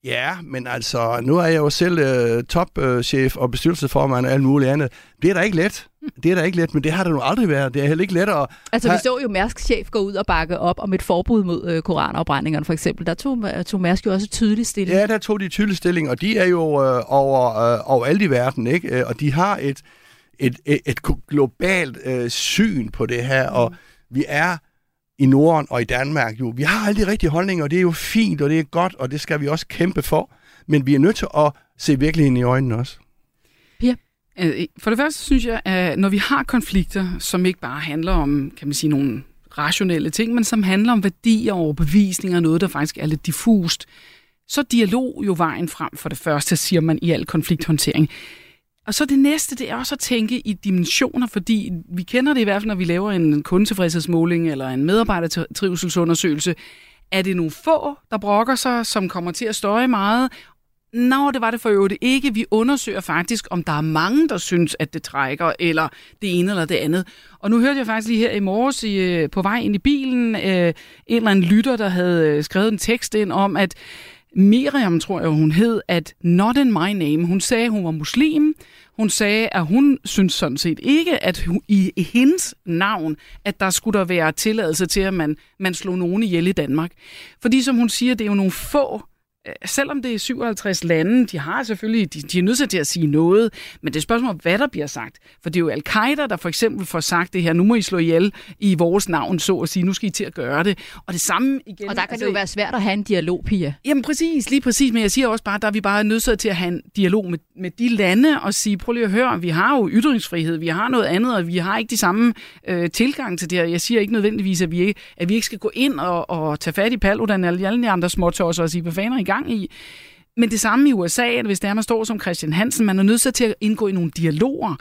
Ja, men altså, nu er jeg jo selv øh, topchef og bestyrelsesformand og alt muligt andet. Det er da ikke let. Det er da ikke let, men det har det nu aldrig været. Det er heller ikke let at... Altså, have... vi så jo Mærsks chef gå ud og bakke op om et forbud mod øh, koranafbrændingerne, for eksempel. Der tog, tog Mærsk jo også tydelig stilling. Ja, der tog de tydelig stilling, og de er jo øh, over, øh, over alt i verden, ikke? Og de har et, et, et, et globalt øh, syn på det her, mm. og vi er i Norden og i Danmark jo. Vi har alle de rigtige holdninger, og det er jo fint, og det er godt, og det skal vi også kæmpe for. Men vi er nødt til at se virkeligheden i øjnene også. Pia? For det første synes jeg, at når vi har konflikter, som ikke bare handler om, kan man sige, nogle rationelle ting, men som handler om værdier og overbevisninger, noget, der faktisk er lidt diffust, så er dialog jo vejen frem for det første, siger man i al konflikthåndtering. Og så det næste, det er også at tænke i dimensioner, fordi vi kender det i hvert fald, når vi laver en kundetilfredshedsmåling eller en medarbejdertrivselsundersøgelse. Er det nogle få, der brokker sig, som kommer til at støje meget? Nå, det var det for øvrigt ikke. Vi undersøger faktisk, om der er mange, der synes, at det trækker, eller det ene eller det andet. Og nu hørte jeg faktisk lige her i morges i, på vej ind i bilen, øh, en eller anden lytter, der havde skrevet en tekst ind om, at Miriam, tror jeg, hun hed, at not in my name. Hun sagde, at hun var muslim. Hun sagde, at hun synes sådan set ikke, at hun, i, i hendes navn, at der skulle der være tilladelse til, at man, man slog nogen ihjel i Danmark. Fordi som hun siger, det er jo nogle få, selvom det er syvoghalvtreds lande, de har selvfølgelig, de, de er nødt til at sige noget, men det er spørgsmål om, hvad der bliver sagt. For det er jo Al-Qaida, der for eksempel får sagt det her, nu må I slå ihjel i vores navn, så at sige, nu skal I til at gøre det. Og det samme igen... Og der kan altså, det jo være svært at have en dialog, Pia. Jamen præcis, lige præcis, men jeg siger også bare, der er vi bare nødt til at have en dialog med, med de lande og sige, prøv lige at høre, vi har jo ytringsfrihed, vi har noget andet, og vi har ikke de samme øh, tilgang til det her. Jeg siger ikke nødvendigvis, at vi ikke, at vi ikke skal gå ind og, og tage fat i Paludan eller alle de andre småtosser og sige, hvad fanden er i gang i? Men det samme i U S A, at hvis det er, man står som Christian Hansen, man er nødt til at indgå i nogle dialoger.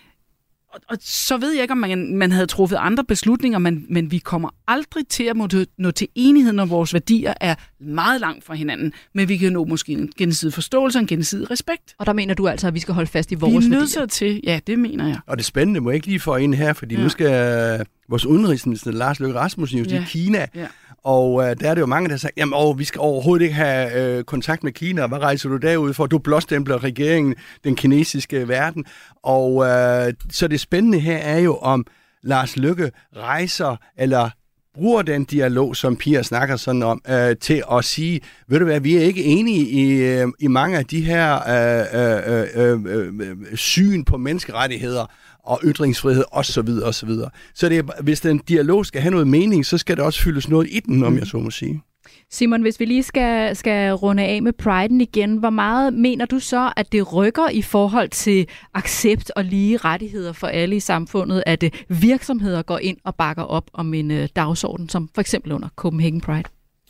Og, og så ved jeg ikke, om man, man havde truffet andre beslutninger, men, men vi kommer aldrig til at måtte nå til enighed, når vores værdier er meget langt fra hinanden. Men vi kan nå måske en gensidig forståelse og en gensidig respekt. Og der mener du altså, at vi skal holde fast i vores værdier? værdier? Vi er nødt til, ja, det mener jeg. Og det spændende må jeg ikke lige få ind her, fordi ja. nu skal vores udenrigsminister Lars Løkke Rasmussen jo til ja. Kina. Ja. Og øh, der er det jo mange, der har sagt, jamen åh, vi skal overhovedet ikke have øh, kontakt med Kina. Hvad rejser du derud for? Du blåstempler regeringen, den kinesiske verden. Og øh, så det spændende her er jo, om Lars Løkke rejser eller bruger den dialog, som Pia snakker sådan om, øh, til at sige, ved du hvad, vi er ikke enige i, øh, i mange af de her øh, øh, øh, øh, syn på menneskerettigheder og ytringsfrihed osv. osv. Så det er, hvis den dialog skal have noget mening, så skal der også fyldes noget i den, om jeg så må sige. Simon, hvis vi lige skal, skal runde af med Pride'en igen, hvor meget mener du så, at det rykker i forhold til accept og lige rettigheder for alle i samfundet, at virksomheder går ind og bakker op om en uh, dagsorden, som for eksempel under Copenhagen Pride?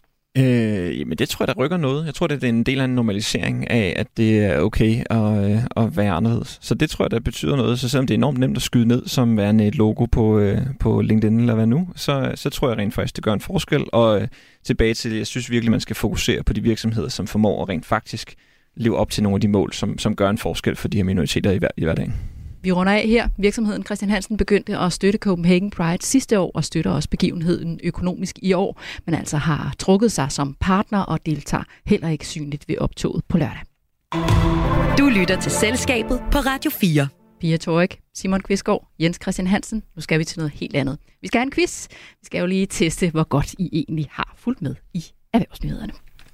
Øh, jamen det tror jeg, der rykker noget. Jeg tror, det er en del af en normalisering af, at det er okay at, at være anderledes. Så det tror jeg, der betyder noget. Så selvom det er enormt nemt at skyde ned som værende et logo på, på LinkedIn eller hvad nu, så, så tror jeg rent faktisk, det gør en forskel. Og tilbage til det, jeg synes virkelig, man skal fokusere på de virksomheder, som formår at rent faktisk leve op til nogle af de mål, som, som gør en forskel for de her minoriteter i, hver, i hverdagen. Vi runder af her. Virksomheden Christian Hansen begyndte at støtte Copenhagen Pride sidste år og støtter også begivenheden økonomisk i år, men altså har trukket sig som partner og deltager heller ikke synligt ved optoget på lørdag. Du lytter til Selskabet på Radio fire. Pia Torik, Simon Kvistgaard, Jens Christian Hansen. Nu skal vi til noget helt andet. Vi skal have en quiz. Vi skal jo lige teste, hvor godt I egentlig har fulgt med i erhvervsnyhederne.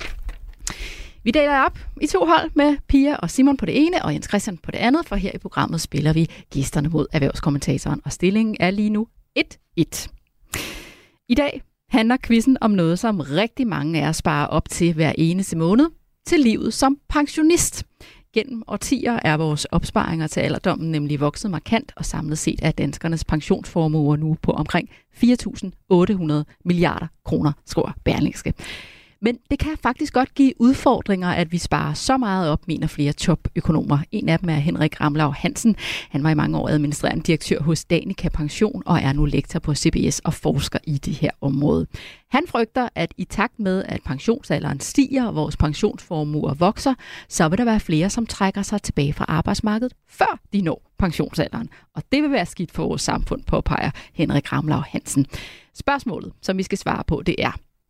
Vi deler op i to hold med Pia og Simon på det ene, og Jens Christian på det andet, for her i programmet spiller vi gæsterne mod erhvervskommentatoren, og stillingen er lige nu et et. I dag handler quizzen om noget, som rigtig mange af os sparer op til hver eneste måned, til livet som pensionist. Gennem årtier er vores opsparinger til alderdommen nemlig vokset markant, og samlet set er danskernes pensionsformuer nu på omkring fire tusind otte hundrede milliarder kroner, skriver Berlingske. Men det kan faktisk godt give udfordringer, at vi sparer så meget op, mener flere topøkonomer. En af dem er Henrik Ramlau Hansen. Han var i mange år administrerende direktør hos Danica Pension og er nu lektor på C B S og forsker i det her område. Han frygter, at i takt med, at pensionsalderen stiger og vores pensionsformuer vokser, så vil der være flere, som trækker sig tilbage fra arbejdsmarkedet, før de når pensionsalderen. Og det vil være skidt for vores samfund, påpeger Henrik Ramlau Hansen. Spørgsmålet, som vi skal svare på, det er: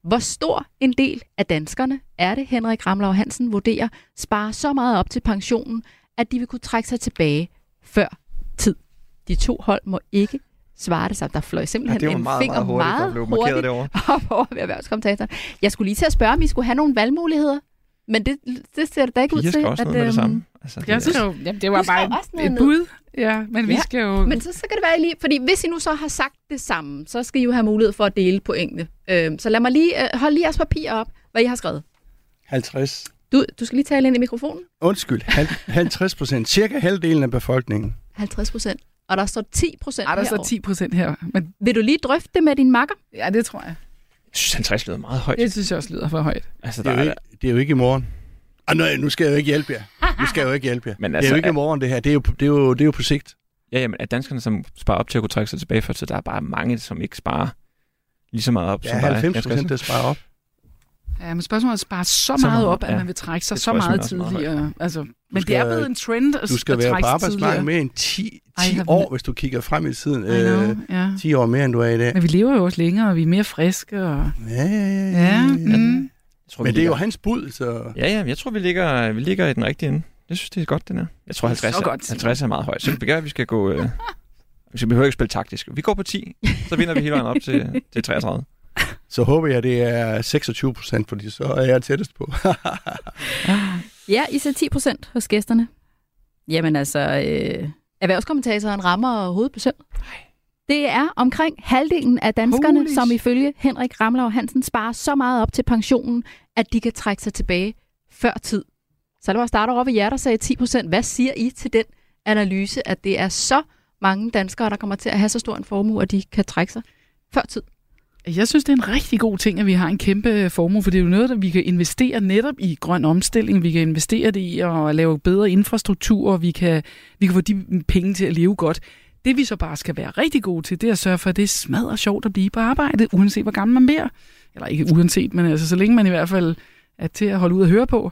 Hvor stor en del af danskerne er det, Henrik Ramlau Hansen vurderer, sparer så meget op til pensionen, at de vil kunne trække sig tilbage før tid? De to hold må ikke svare det sammen. Der fløj simpelthen ja, en meget, finger meget hurtigt, meget hurtigt op over ved erhvervskommentatoren. Jeg skulle lige til at spørge, om I skulle have nogle valgmuligheder, men det, det ser det da ikke ud til. Jeg skal også noget med det samme. Altså, det, jeg synes jo, jamen, det var bare et, et bud. Ja, men vi ja, skal jo... Men så, så kan det være lige... Fordi hvis I nu så har sagt det samme, så skal I jo have mulighed for at dele pointene. Øhm, så lad mig lige... Øh, hold lige jeres papir op, hvad I har skrevet. halvtreds. Du, du skal lige tale ind i mikrofonen. Undskyld. halvtreds procent. Cirka halvdelen af befolkningen. halvtreds procent. Og der står ti procent herovre. Ja, der står ti procent her. Men... Vil du lige drøfte det med din makker? Ja, det tror jeg. Jeg synes, halvtreds lyder meget højt. Det synes jeg også lyder for højt. Altså, det, er jo ikke, det er jo ikke i morgen. Ah, nej, nu skal jeg jo ikke hjælpe jer. Nu skal jeg jo ikke hjælpe jer. Men altså, det er jo ikke i morgen, det her. Det er jo, det er jo, det er jo på sigt. Ja, jamen, at danskerne, som sparer op til at kunne trække sig tilbage for, så der er bare mange, som ikke sparer lige så meget op. Ja, som halvfems procent, der sparer op. Ja, men spørgsmålet er at spare så, så meget op, at ja. man vil trække sig det så meget tidligere. Meget altså, men skal, det er blevet en trend at Du skal at være på arbejdsmarkedet mere end ti, ti år, hvis du kigger frem i tiden. Øh, ja. ti år mere, end du er i dag. Men vi lever jo også længere, og vi er mere friske. Og... Ja, ja, ja. ja, ja. Mm. Tror, men det er jo hans bud, så... Ja, ja, jeg tror, vi ligger, vi ligger i den rigtige ende. Jeg synes, det er godt, den her. Jeg tror, halvtreds er, godt, halvtreds er meget højt. Så vi, vi skal gå... Øh, vi behøver ikke spille taktisk. Vi går på ti, så vinder vi hele vejen op til, til treogtredive. Så håber jeg, det er seksogtyve procent, fordi så er jeg tættest på. Ja, I ser ti procent hos gæsterne. Jamen altså, øh, erhvervskommentatoren rammer hovedet på søm. Det er omkring halvdelen af danskerne, Holy. som ifølge Henrik Ramlau Hansen sparer så meget op til pensionen, at de kan trække sig tilbage før tid. Så det var starte over ved jer, der sagde ti procent. Hvad siger I til den analyse, at det er så mange danskere, der kommer til at have så stor en formue, at de kan trække sig før tid? Jeg synes, det er en rigtig god ting, at vi har en kæmpe formue, for det er jo noget, der vi kan investere netop i grøn omstilling. Vi kan investere det i at lave bedre infrastruktur, og vi kan, vi kan få de penge til at leve godt. Det vi så bare skal være rigtig gode til, det er at sørge for, at det er smadret sjovt at blive på arbejde, uanset hvor gammel man bliver. Eller ikke uanset, men altså så længe man i hvert fald er til at holde ud og høre på.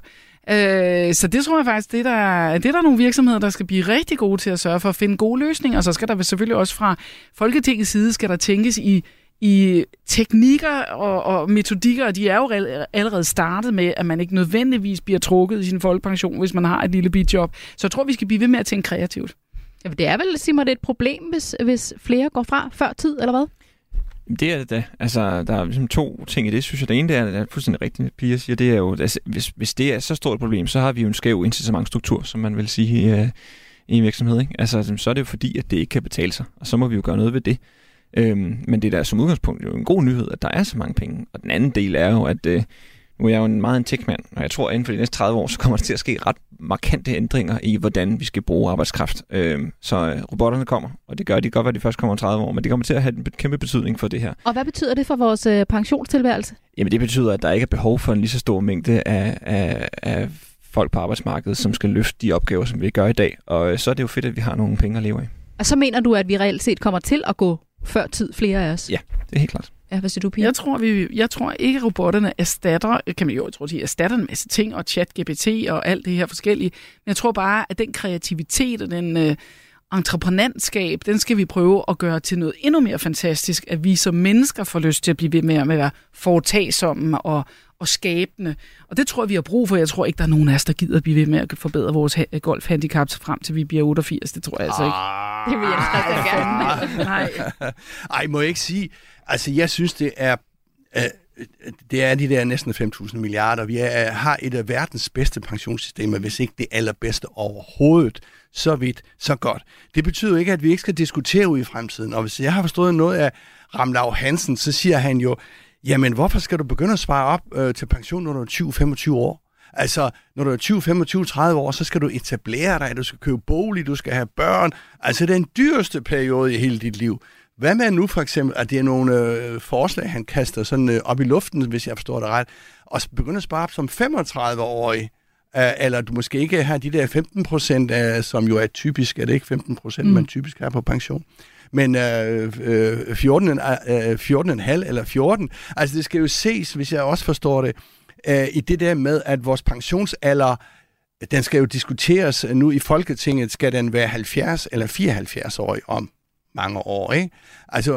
Øh, så det tror jeg faktisk, det der, det er der nogle virksomheder, der skal blive rigtig gode til at sørge for at finde gode løsninger. Og så skal der selvfølgelig også fra Folketingets side, skal der tænkes i i teknikker og, og metodikker, og de er jo allerede startet med, at man ikke nødvendigvis bliver trukket i sin folkepension, hvis man har et lille bidjob. Så jeg tror, vi skal blive ved med at tænke kreativt. Ja, det er vel, Simon, det er et problem, hvis, hvis flere går fra før tid, eller hvad? Det er det da. Altså, der er ligesom to ting i det, synes jeg. Det ene, det er, det er fuldstændig rigtigt, Pia siger, det er jo, altså, hvis, hvis det er så stort et problem, så har vi jo en skæv incitamentsstruktur, som man vil sige, i, i en virksomhed, ikke? Altså, så er det jo fordi, at det ikke kan betale sig, og så må vi jo gøre noget ved det. Øhm, men det er der som udgangspunkt jo en god nyhed, at der er så mange penge. Og den anden del er jo, at øh, nu er jeg jo en meget en tech-mand, og jeg tror, at inden for de næste tredive år, så kommer der til at ske ret markante ændringer i, hvordan vi skal bruge arbejdskraft. Øhm, så øh, robotterne kommer, og det gør de godt, at de først kommer om tredive år, men det kommer til at have en kæmpe betydning for det her. Og hvad betyder det for vores øh, pensionstilværelse? Jamen det betyder, at der ikke er behov for en lige så stor mængde af, af, af folk på arbejdsmarkedet, som skal løfte de opgaver, som vi gør i dag. Og øh, så er det jo fedt, at vi har nogle penge at leve af. Og så mener du, at vi reelt set kommer til at gå før tid, flere af os? Ja, det er helt klart. Ja, hvad siger du, Pia? Jeg tror, vi, jeg tror ikke, at robotterne erstatter, kan man jo, jeg tror, de erstatter en masse ting, og chat G P T og alt det her forskellige. Men jeg tror bare, at den kreativitet og den øh, entreprenantskab, den skal vi prøve at gøre til noget endnu mere fantastisk, at vi som mennesker får lyst til at blive ved med at være foretagsomme og, og skabende. Og det tror jeg, vi har brug for. Jeg tror ikke, der er nogen af os, der gider at blive ved med at forbedre vores ha- golfhandicap frem til vi bliver otteogfirs. Det tror jeg altså ikke. Det vil jeg rigtig gerne. Nej. Ej, må jeg ikke sige. Altså, jeg synes, det er... Øh, det er de der næsten fem tusind milliarder. Vi er, har et af verdens bedste pensionssystemer, hvis ikke det allerbedste overhovedet. Så vidt, så godt. Det betyder ikke, at vi ikke skal diskutere ud i fremtiden. Og hvis jeg har forstået noget af Ramlau Hansen, så siger han jo, jamen hvorfor skal du begynde at spare op øh, til pension, når du er tyve til femogtyve år? Altså, når du er tyve, femogtyve, tredive år, så skal du etablere dig, du skal købe bolig, du skal have børn. Altså, det er den dyreste periode i hele dit liv. Hvad med nu for eksempel, at det er nogle øh, forslag, han kaster sådan øh, op i luften, hvis jeg forstår det ret, og begynder at spare op som femogtredive-årig, øh, eller du måske ikke har de der femten procent, øh, som jo er typisk, er det ikke femten procent, mm. man typisk har på pension, men øh, øh, fjorten, øh, fjorten komma fem eller fjorten, altså det skal jo ses, hvis jeg også forstår det, øh, i det der med, at vores pensionsalder, den skal jo diskuteres nu i Folketinget, skal den være halvfjerds eller fireoghalvfjerds år om mange år, ikke? Altså,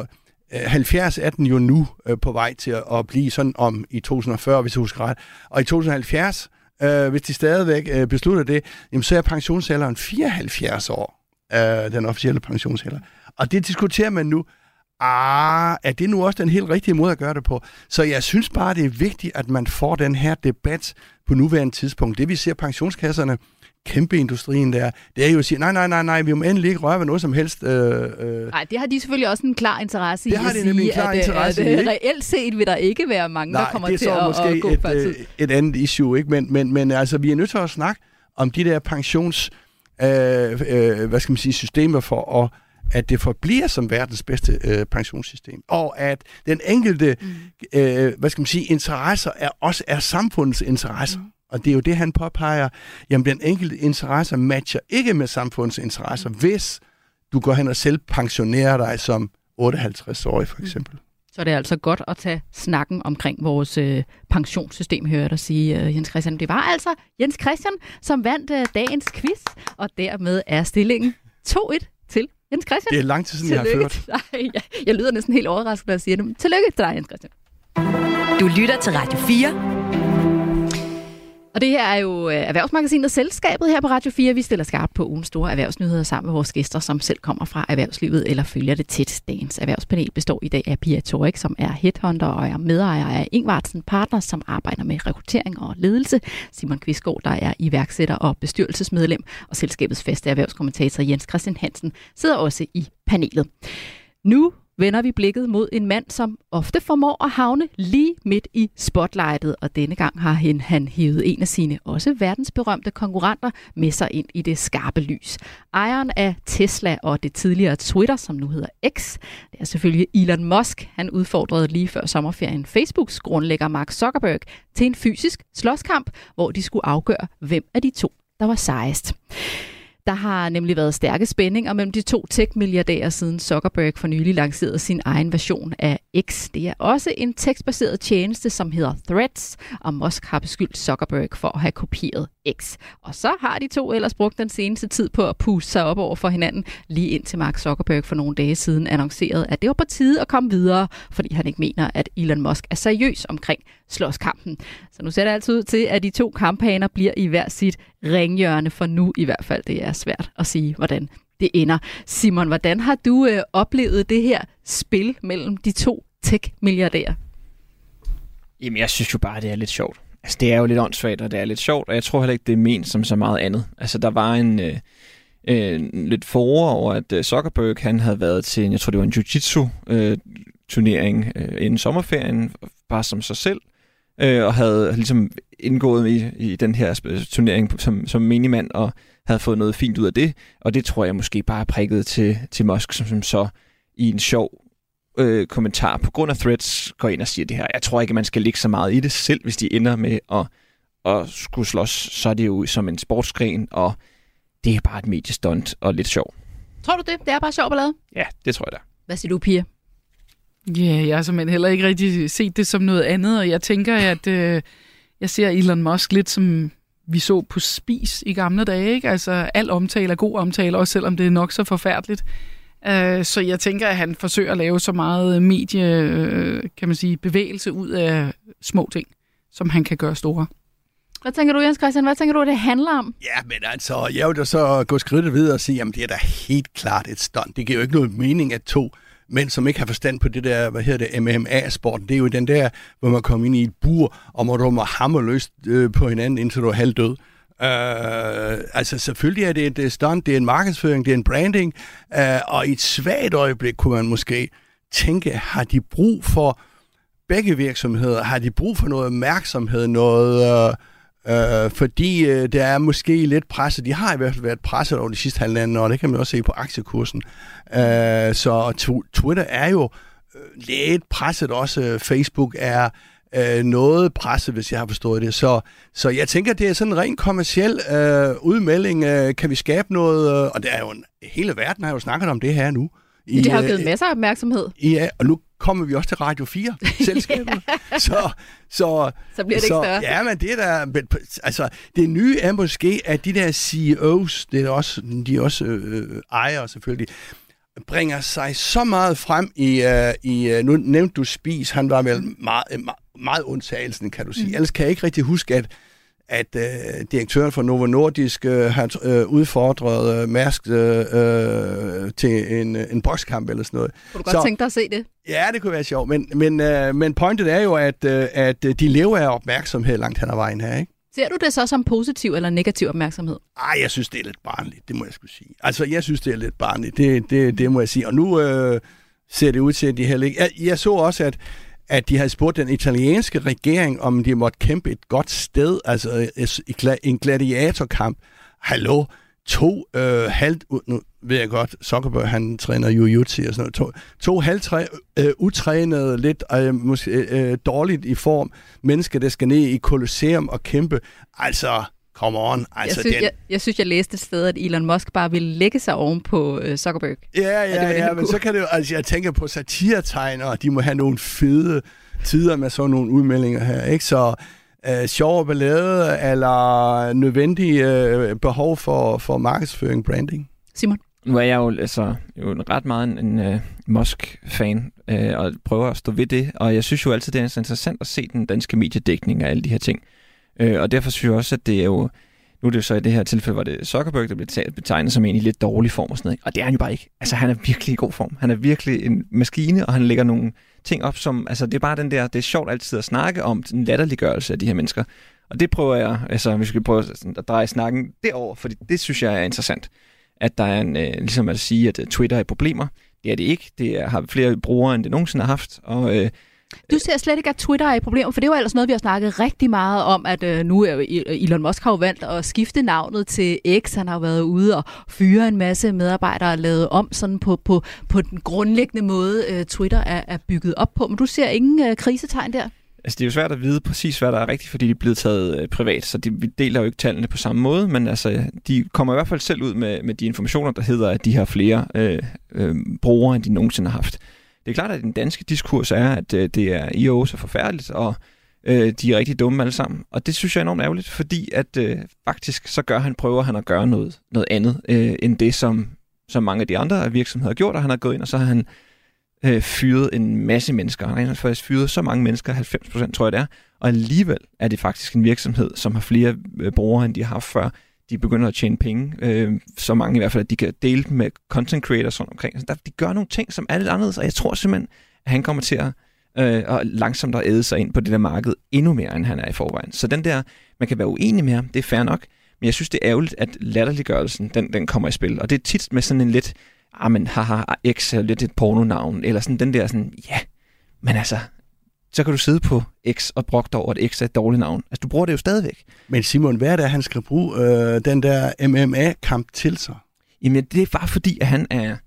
halvfjerds er den jo nu øh, på vej til at, at blive sådan om i to tusind og fyrre, hvis jeg husker ret. Og i to tusind og halvfjerds, øh, hvis de stadigvæk øh, beslutter det, jamen, så er pensionsalderen fireoghalvfjerds år, øh, den officielle pensionsalder. Og det diskuterer man nu. Ah, er det nu også den helt rigtige måde at gøre det på? Så jeg synes bare, det er vigtigt, at man får den her debat på nuværende tidspunkt. Det vi ser pensionskasserne, kæmpe industrien der, det er jo at sige, nej, nej, nej, nej, vi må endelig ikke røre ved noget som helst. Øh, øh. Nej, det har de selvfølgelig også en klar interesse i det har at de sige, en klar at, interesse at, i, at reelt set vil der ikke være mange, nej, der kommer til at, at gå et, før tid. et, et andet issue, ikke? Men, men, men altså, vi er nødt til at snakke om de der pensions, øh, øh, hvad skal man sige, systemer for at at det forbliver som verdens bedste øh, pensionssystem, og at den enkelte, mm. øh, hvad skal man sige, interesser er også er samfundets interesser. Mm. Og det er jo det, han påpeger. Jamen, den enkelte interesser matcher ikke med samfundets interesser, mm. hvis du går hen og selv pensionerer dig som otteoghalvtreds-årig, for eksempel. Mm. Så det er altså godt at tage snakken omkring vores øh, pensionssystem, hører dig sige, øh, Jens Christian. Det var altså Jens Christian, som vandt øh, dagens quiz, og dermed er stillingen to et til Jens Christian. Det er lang tid siden, jeg har ført. Nej, jeg, jeg lyder næsten helt overrasket, når jeg siger det. Tillykke til dig, Jens Christian. Du lytter til Radio fire. Og det her er jo Erhvervsmagasinet Selskabet her på Radio fire. Vi stiller skarpt på ugens store erhvervsnyheder sammen med vores gæster, som selv kommer fra erhvervslivet eller følger det tæt. Dagens erhvervspanel består i dag af Pia Torik, som er headhunter og er medejer af Ingvartsen Partners, som arbejder med rekruttering og ledelse. Simon Kvistgaard, der er iværksætter og bestyrelsesmedlem, og selskabets faste erhvervskommentator Jens Christian Hansen sidder også i panelet. Nu vender vi blikket mod en mand, som ofte formår at havne lige midt i spotlightet, og denne gang har han, han hævet en af sine også verdensberømte konkurrenter med sig ind i det skarpe lys. Ejeren af Tesla og det tidligere Twitter, som nu hedder X, det er selvfølgelig Elon Musk. Han udfordrede lige før sommerferien Facebooks grundlægger Mark Zuckerberg til en fysisk slåskamp, hvor de skulle afgøre, hvem af de to, der var sejest. Der har nemlig været stærke spændinger mellem de to tech-milliardærer, siden Zuckerberg for nylig lancerede sin egen version af X. Det er også en tekstbaseret tjeneste, som hedder Threads, og Musk har beskyldt Zuckerberg for at have kopieret X. Og så har de to ellers brugt den seneste tid på at puste sig op over for hinanden, lige indtil Mark Zuckerberg for nogle dage siden annoncerede, at det var på tide at komme videre, fordi han ikke mener, at Elon Musk er seriøs omkring slåskampen. Så nu ser det altid ud til, at de to kamphaner bliver i hver sit ringhjørne, for nu i hvert fald. Det er svært at sige, hvordan det ender. Simon, hvordan har du øh, oplevet det her spil mellem de to tech-milliardærer? Jamen, jeg synes jo bare, det er lidt sjovt. Altså, det er jo lidt åndssvagt, og det er lidt sjovt, og jeg tror heller ikke, det er ment som så meget andet. Altså, der var en øh, øh, lidt forår over, at øh, Zuckerberg, han havde været til, jeg tror, det var en jiu-jitsu-turnering øh, øh, inden sommerferien, bare som sig selv, øh, og havde ligesom indgået i, i den her turnering som, som minimand, og havde fået noget fint ud af det, og det tror jeg måske bare er prikket til, til Musk, som, som så i en sjov øh, kommentar på grund af Threads går ind og siger det her. Jeg tror ikke, man skal ligge så meget i det selv, hvis de ender med at, at skulle slås, så er det jo som en sportsgren, og det er bare et mediestunt og lidt sjov. Tror du det? Det er bare sjov ballade? Ja, det tror jeg da. Hvad siger du, Pia? Ja, yeah, jeg har simpelthen heller ikke rigtig set det som noget andet, og jeg tænker, at øh, jeg ser Elon Musk lidt som vi så på Spis i gamle dage, ikke? Altså, al omtale er god omtale, også selvom det er nok så forfærdeligt. Uh, så jeg tænker, at han forsøger at lave så meget medie, uh, kan man sige, bevægelse ud af små ting, som han kan gøre store. Hvad tænker du, Jens Christian? Hvad tænker du, det handler om? Ja, men altså, jeg vil da så gå skridtet videre og sige, jamen det er da helt klart et stunt. Det giver jo ikke noget mening, at to mænd, som ikke har forstand på det der, hvad hedder det, M M A-sporten, det er jo den der, hvor man kommer ind i et bur, og må du må hamre løst øh, på hinanden, indtil du er halvdød. Øh, altså selvfølgelig er det et stunt, det er en markedsføring, det er en branding, øh, og i et svagt øjeblik kunne man måske tænke, har de brug for begge virksomheder, har de brug for noget opmærksomhed, noget... Øh, Øh, fordi øh, der er måske lidt presset. De har i hvert fald været presset over de sidste halvanden år, det kan man også se på aktiekursen. Øh, så t- Twitter er jo øh, lidt presset også. Facebook er øh, noget presset, hvis jeg har forstået det. Så, så jeg tænker, det er sådan en rent kommerciel øh, udmelding. Øh, kan vi skabe noget? Øh, og der er jo en, hele verden har jo snakket om det her nu. I, det har jo givet masser af opmærksomhed. Ja, og nu kommer vi også til Radio fire selskabet. så, så, så bliver det så, ikke større. Ja, men det er der, altså, det nye er måske, at de der C E Os, det er også, de er også øh, ejere selvfølgelig, bringer sig så meget frem i, uh, i uh, nu nævnte du Spies, han var vel meget, meget, meget undtagelsen, kan du sige. Mm. Ellers kan jeg ikke rigtig huske, at at uh, direktøren for Novo Nordisk uh, har uh, udfordret uh, Mærsk uh, uh, til en, en bokskamp eller sådan noget. Kunne du godt så, tænke dig at se det? Ja, det kunne være sjovt, men, men, uh, men pointet er jo, at, uh, at de lever af opmærksomhed langt hen ad vejen her, ikke? Ser du det så som positiv eller negativ opmærksomhed? Ej, jeg synes, det er lidt barnligt, det må jeg skulle sige. Altså, jeg synes, det er lidt barnligt, det, det, det må jeg sige. Og nu uh, ser det ud til, at de heller ikke... Jeg, jeg så også, at at de havde spurgt den italienske regering, om de måtte kæmpe et godt sted, altså en gladiatorkamp. Hallo, to øh, halvt... Nu ved jeg godt, Zuckerberg, han træner jiu-jitsu og sådan noget. To, to halvt øh, utrænede, lidt øh, måske øh, dårligt i form mennesker, der skal ned i Colosseum og kæmpe. Altså... Come on. Altså, jeg, synes, den... jeg, jeg synes, jeg læste et sted, at Elon Musk bare ville lægge sig oven på uh, Zuckerberg. Ja, ja, ja, ja men så kan det jo, altså jeg tænker på satiretegnere, de må have nogle fede tider med sådan nogle udmeldinger her, ikke? Så uh, sjov og ballade, eller nødvendig uh, behov for, for markedsføring, branding. Simon? Nu er jeg jo, altså, jo ret meget en, en uh, Musk-fan, uh, og prøver at stå ved det, og jeg synes jo altid, det er så interessant at se den danske mediedækning af alle de her ting. Øh, og derfor synes jeg også, at det er jo... Nu er det jo så i det her tilfælde, hvor det er Zuckerberg, der bliver betegnet som en i lidt dårlig form og sådan noget. Og det er han jo bare ikke. Altså, han er virkelig i god form. Han er virkelig en maskine, og han lægger nogle ting op, som... Altså, det er bare den der... Det er sjovt altid at snakke om den latterliggørelse af de her mennesker. Og det prøver jeg... Altså, vi skal prøve at dreje snakken derover, fordi det synes jeg er interessant. At der er en... Øh, ligesom at sige, at Twitter er problemer. Det er det ikke. Det er, har flere brugere, end det nogensinde har haft. Og... Øh, Du ser slet ikke, at Twitter er i problemer, for det er jo ellers noget, vi har snakket rigtig meget om, at øh, nu er Elon Musk har jo valgt at skifte navnet til X. Han har været ude og fyre en masse medarbejdere og lavet om sådan på, på, på den grundlæggende måde, øh, Twitter er, er bygget op på. Men du ser ingen øh, krisetegn der? Altså, det er jo svært at vide præcis, hvad der er rigtigt, fordi de er blevet taget øh, privat, så de, vi deler jo ikke tallene på samme måde, men altså, de kommer i hvert fald selv ud med, med de informationer, der hedder, at de har flere øh, øh, brugere, end de nogensinde har haft. Det er klart, at den danske diskurs er, at øh, det er I O så forfærdeligt, og øh, de er rigtig dumme alle sammen. Og det synes jeg er enormt ærgerligt, fordi at øh, faktisk så gør han, prøver han at gøre noget, noget andet, øh, end det, som, som mange af de andre virksomheder har gjort, og han har gået ind, og så har han øh, fyret en masse mennesker. Han har faktisk fyret så mange mennesker, halvfems procent tror jeg det er, og alligevel er det faktisk en virksomhed, som har flere øh, brugere, end de har haft før. De begynder at tjene penge, øh, så mange i hvert fald, at de kan dele dem med content creators rundt omkring. Altså, der, de gør nogle ting, som er lidt anderledes, og jeg tror simpelthen, at han kommer til at, øh, at langsomt at æde sig ind på det der marked endnu mere, end han er i forvejen. Så den der, man kan være uenig med ham, det er fair nok, men jeg synes, det er ærgerligt, at latterliggørelsen, den, den kommer i spil. Og det er tit med sådan en lidt, ah, men haha, X er lidt et pornonavn, eller sådan den der sådan, ja, men altså... så kan du sidde på X og brokke dig over, at X er et dårligt navn. Altså, du bruger det jo stadigvæk. Men Simon, hvad er det, han skal bruge øh, den der M M A-kamp til sig? Jamen, det er bare fordi, at han er,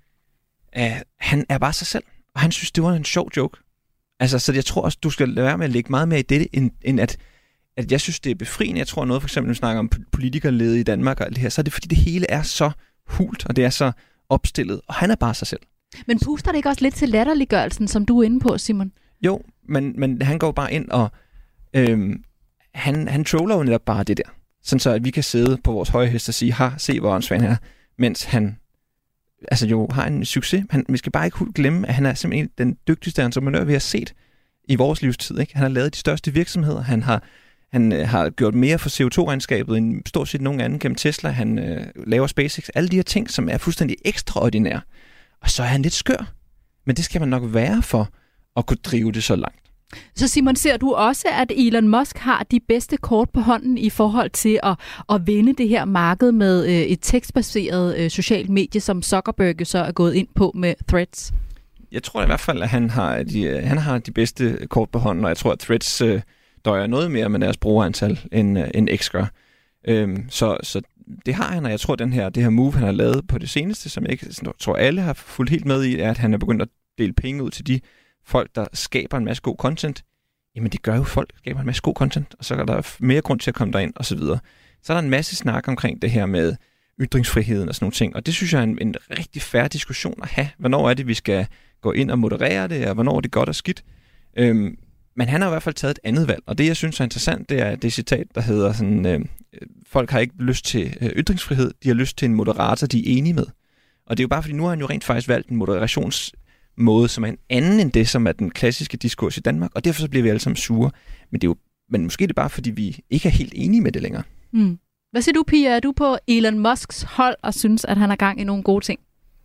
er, han er bare sig selv. Og han synes, det var en sjov joke. Altså, så jeg tror også, du skal lade være med at lægge meget mere i det, end, end at, at jeg synes, det er befriende. Jeg tror noget, for eksempel, når vi snakker om politikerlede i Danmark og alt det her, så er det fordi, det hele er så hult, og det er så opstillet. Og han er bare sig selv. Men puster det ikke også lidt til latterliggørelsen, som du er inde på, Simon? Jo, men, men han går bare ind og øhm, han, han troller jo netop bare det der. Sådan så, at vi kan sidde på vores høje hest og sige, ha, se hvor åndssvagt han er, mens han altså jo har en succes. Han, vi skal bare ikke glemme, at han er simpelthen den dygtigste entreprenør, vi har set i vores livstid. Ikke? Han har lavet de største virksomheder. Han har, han øh, har gjort mere for C O to regnskabet end stort set nogen anden gennem Tesla. Han øh, laver SpaceX. Alle de her ting, som er fuldstændig ekstraordinære. Og så er han lidt skør. Men det skal man nok være for at kunne drive det så langt. Så Simon, ser du også, at Elon Musk har de bedste kort på hånden i forhold til at, at vinde det her marked med øh, et tekstbaseret øh, socialt medie, som Zuckerberg så er gået ind på med Threads? Jeg tror i hvert fald, at han har de, han har de bedste kort på hånden, og jeg tror, at Threads øh, døjer noget mere med deres brugerantal, end, øh, end X gør. Øhm, så, så det har han, og jeg tror, at den her, det her move, han har lavet på det seneste, som jeg ikke tror, alle har fulgt helt med i, er, at han er begyndt at dele penge ud til de folk, der skaber en masse god content. Jamen det gør jo folk, der skaber en masse god content, og så er der mere grund til at komme derind, og så videre. Så er der en masse snak omkring det her med ytringsfriheden og sådan nogle ting, og det synes jeg er en, en rigtig fair diskussion at have. Hvornår er det, vi skal gå ind og moderere det, og hvornår er det godt og skidt. Øhm, men han har i hvert fald taget et andet valg, og det jeg synes er interessant, det er det citat, der hedder sådan, øh, folk har ikke lyst til øh, ytringsfrihed, de har lyst til en moderator, de er enige med. Og det er jo bare fordi, nu har han jo rent faktisk valgt en moderationsmåde, som er en anden end det, som er den klassiske diskurs i Danmark, og derfor så bliver vi alle sammen sure. Men, det er jo, men måske er det bare, fordi vi ikke er helt enige med det længere. Mm. Hvad siger du, Pia? Er du på Elon Musks hold og synes, at han er gang i nogle gode ting?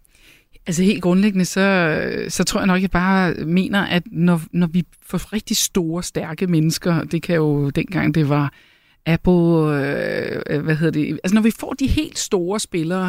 Altså helt grundlæggende, så, så tror jeg nok, jeg bare mener, at når, når vi får rigtig store, stærke mennesker, det kan jo dengang det var Apple, øh, hvad hedder det, altså når vi får de helt store spillere,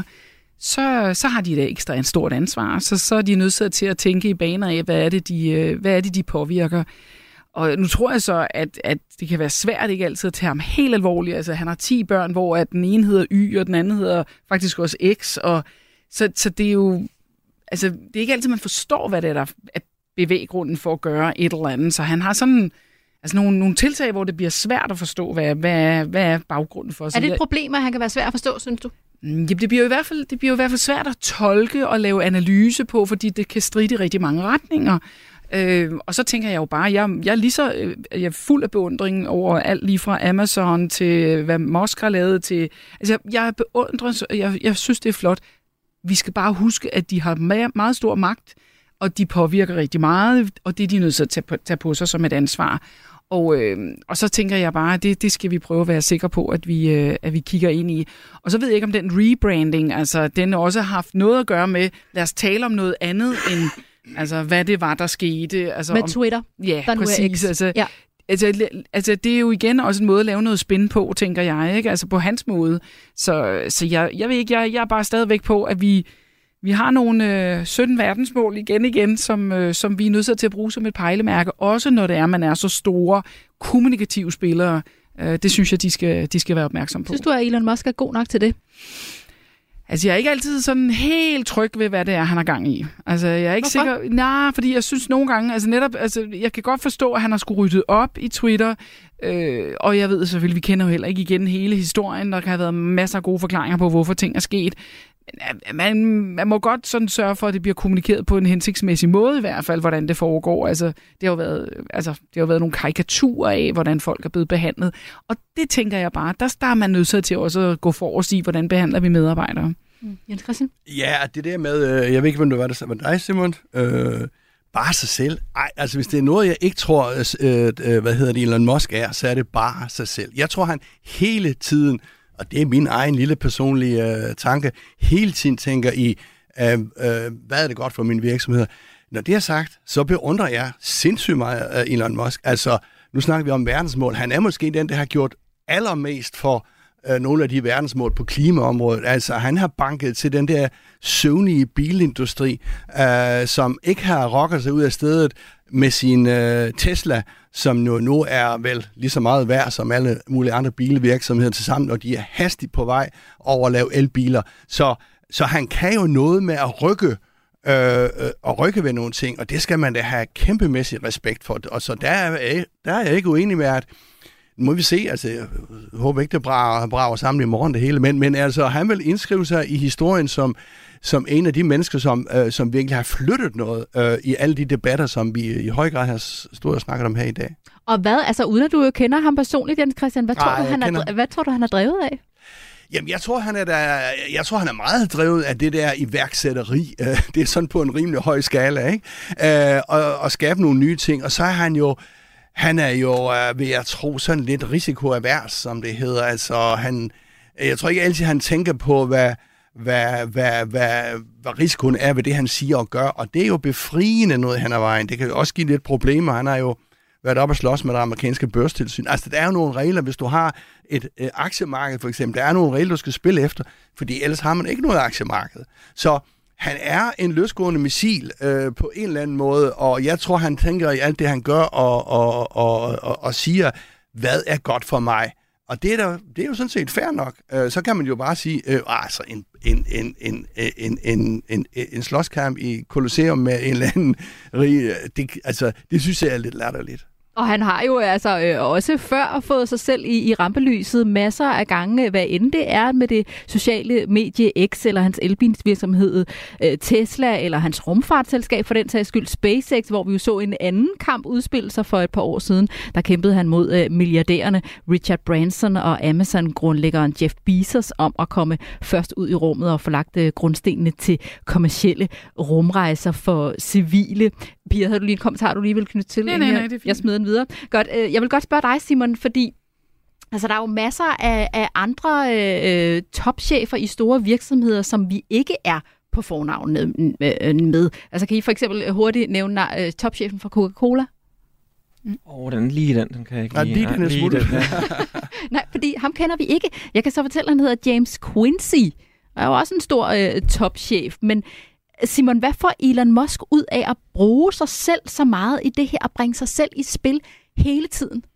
så, så har de et ekstra et stort ansvar, så, så er de nødt til at tænke i baner af, hvad er det, de, hvad er det, de påvirker. Og nu tror jeg så, at, at det kan være svært ikke altid at tage ham helt alvorligt. Altså han har ti børn, hvor at den ene hedder Y, og den anden hedder faktisk også X, og så, så det er jo altså, det er ikke altid, man forstår, hvad det er, der er bevæggrunden for at gøre et eller andet. Så han har sådan altså nogle, nogle tiltag, hvor det bliver svært at forstå, hvad, hvad, er, hvad er baggrunden for. Er det et problem, at han kan være svær at forstå, synes du? Det, det, bliver jo i hvert fald, det bliver jo i hvert fald svært at tolke og lave analyse på, fordi det kan stride i rigtig mange retninger. Øh, og så tænker jeg jo bare, jeg, jeg er lige så jeg er fuld af beundring over alt lige fra Amazon til hvad Musk har lavet til. Altså, jeg er beundret, jeg, jeg synes, det er flot. Vi skal bare huske, at de har meget stor magt, og de påvirker rigtig meget, og det er de nødt til at tage på, tage på sig som et ansvar. Og, øh, og så tænker jeg bare, at det, det skal vi prøve at være sikre på, at vi, øh, at vi kigger ind i. Og så ved jeg ikke, om den rebranding, altså den også har haft noget at gøre med, lad os tale om noget andet, end altså, hvad det var, der skete. Altså, med om, Twitter, ja, der nu præcis, er X. Altså, ja. Altså, altså, det er jo igen også en måde at lave noget spin på, tænker jeg, ikke? Altså på hans måde. Så, så jeg, jeg ved ikke, jeg, jeg er bare stadigvæk på, at vi Vi har nogle øh, sytten verdensmål igen igen, som, øh, som vi er nødt til at bruge som et pejlemærke, også når det er, man er så store kommunikative spillere. Øh, det synes jeg, de skal, de skal være opmærksom på. Synes du, at Elon Musk er god nok til det? Altså, jeg er ikke altid sådan helt tryg ved, hvad det er, han har gang i. Altså, jeg er ikke Hvorfor? sikker. Nej, fordi jeg synes nogle gange, altså netop, altså, jeg kan godt forstå, at han har skulle ryddet op i Twitter, øh, og jeg ved selvfølgelig, vi kender jo heller ikke igen hele historien. Der kan have været masser af gode forklaringer på, hvorfor ting er sket. Man, man må godt sådan sørge for, at det bliver kommunikeret på en hensigtsmæssig måde i hvert fald, hvordan det foregår. Altså, det har jo været, altså, det har jo været nogle karikaturer af, hvordan folk er blevet behandlet. Og det tænker jeg bare, der, der er man nødt til også at gå for at sige, hvordan behandler vi medarbejdere. Mm. Jens Christian? Ja, det der med, øh, jeg ved ikke, hvem du var der sammen med dig, Simon. Øh, bare sig selv. Ej, altså hvis det er noget, jeg ikke tror, øh, øh, hvad hedder det, Elon Musk er, så er det bare sig selv. Jeg tror, han hele tiden, og det er min egen lille personlige øh, tanke, hele tiden tænker i, øh, øh, hvad er det godt for min virksomhed. Når det er sagt, så beundrer jeg sindssygt meget af Elon Musk. Altså, nu snakker vi om verdensmål. Han er måske den, der har gjort allermest for øh, nogle af de verdensmål på klimaområdet. Altså, han har banket til den der søvnige bilindustri, øh, som ikke har rokket sig ud af stedet med sin øh, Tesla, som nu, nu er vel lige så meget værd som alle mulige andre bilvirksomheder til sammen, og de er hastigt på vej over at lave elbiler. Så, så han kan jo noget med at rykke øh, og rykke ved nogle ting, og det skal man da have kæmpemæssig respekt for. Og så der er, der er jeg ikke uenig med, at nu må vi se, altså jeg håber ikke, det brager, brager sammen i morgen det hele, men, men altså han vil indskrive sig i historien som, som en af de mennesker, som, øh, som virkelig har flyttet noget øh, i alle de debatter, som vi i høj grad har stået og snakket om her i dag. Og hvad, altså uden at du jo kender ham personligt, Jens Christian, hvad, Nej, tror, du, han er, hvad tror du, han er drevet af? Jamen, jeg tror, han er der, jeg tror, han er meget drevet af det der iværksætteri. Det er sådan på en rimelig høj skala, ikke? Og, og skabe nogle nye ting. Og så er han jo, han er jo, vil jeg tro, sådan lidt risikoavers, som det hedder. Altså, han, jeg tror ikke altid, han tænker på, hvad, hvad, hvad, hvad, hvad risikoen er ved det, han siger og gør. Og det er jo befriende noget hen ad vejen. Det kan jo også give lidt problemer. Han har jo været op og slås med det amerikanske børstilsyn. Altså, der er jo nogle regler, hvis du har et øh, aktiemarked, for eksempel. Der er nogle regler, du skal spille efter, fordi ellers har man ikke noget aktiemarked. Så han er en løsgående missil øh, på en eller anden måde, og jeg tror, han tænker i alt det, han gør, og, og, og, og, og siger, hvad er godt for mig? Og det er, der, det er jo sådan set fair nok. Øh, så kan man jo bare sige, øh, altså en, en, en, en, en, en, en, en slåskamp i Colosseum med en eller anden rig, det, altså, det synes jeg er lidt latterligt. Og han har jo altså øh, også før fået sig selv i, i rampelyset masser af gange, hvad end det er med det sociale medie X, eller hans elbilsvirksomhed øh, Tesla, eller hans rumfartsselskab for den sags skyld SpaceX, hvor vi jo så en anden kamp udspille sig for et par år siden. Der kæmpede han mod øh, milliardærerne Richard Branson og Amazon-grundlæggeren Jeff Bezos om at komme først ud i rummet og få lagt øh, grundstenene til kommercielle rumrejser for civile. Pia, havde du lige en kommentar, du lige vil knytte til? Nej, nej, nej, det er fint. Jeg smider den videre. Godt, øh, jeg vil godt spørge dig, Simon, fordi altså, der er jo masser af, af andre øh, topchefer i store virksomheder, som vi ikke er på fornavn med. med. Altså, kan I for eksempel hurtigt nævne øh, topchefen for Coca-Cola? Åh, mm. oh, den lige den, den kan jeg ikke lide. Ja, lige, lige den, den. Nej, fordi ham kender vi ikke. Jeg kan så fortælle, at han hedder James Quincy. Han er jo også en stor øh, topchef, men Simon, hvad får Elon Musk ud af at bruge sig selv så meget i det her, og bringe sig selv i spil hele tiden?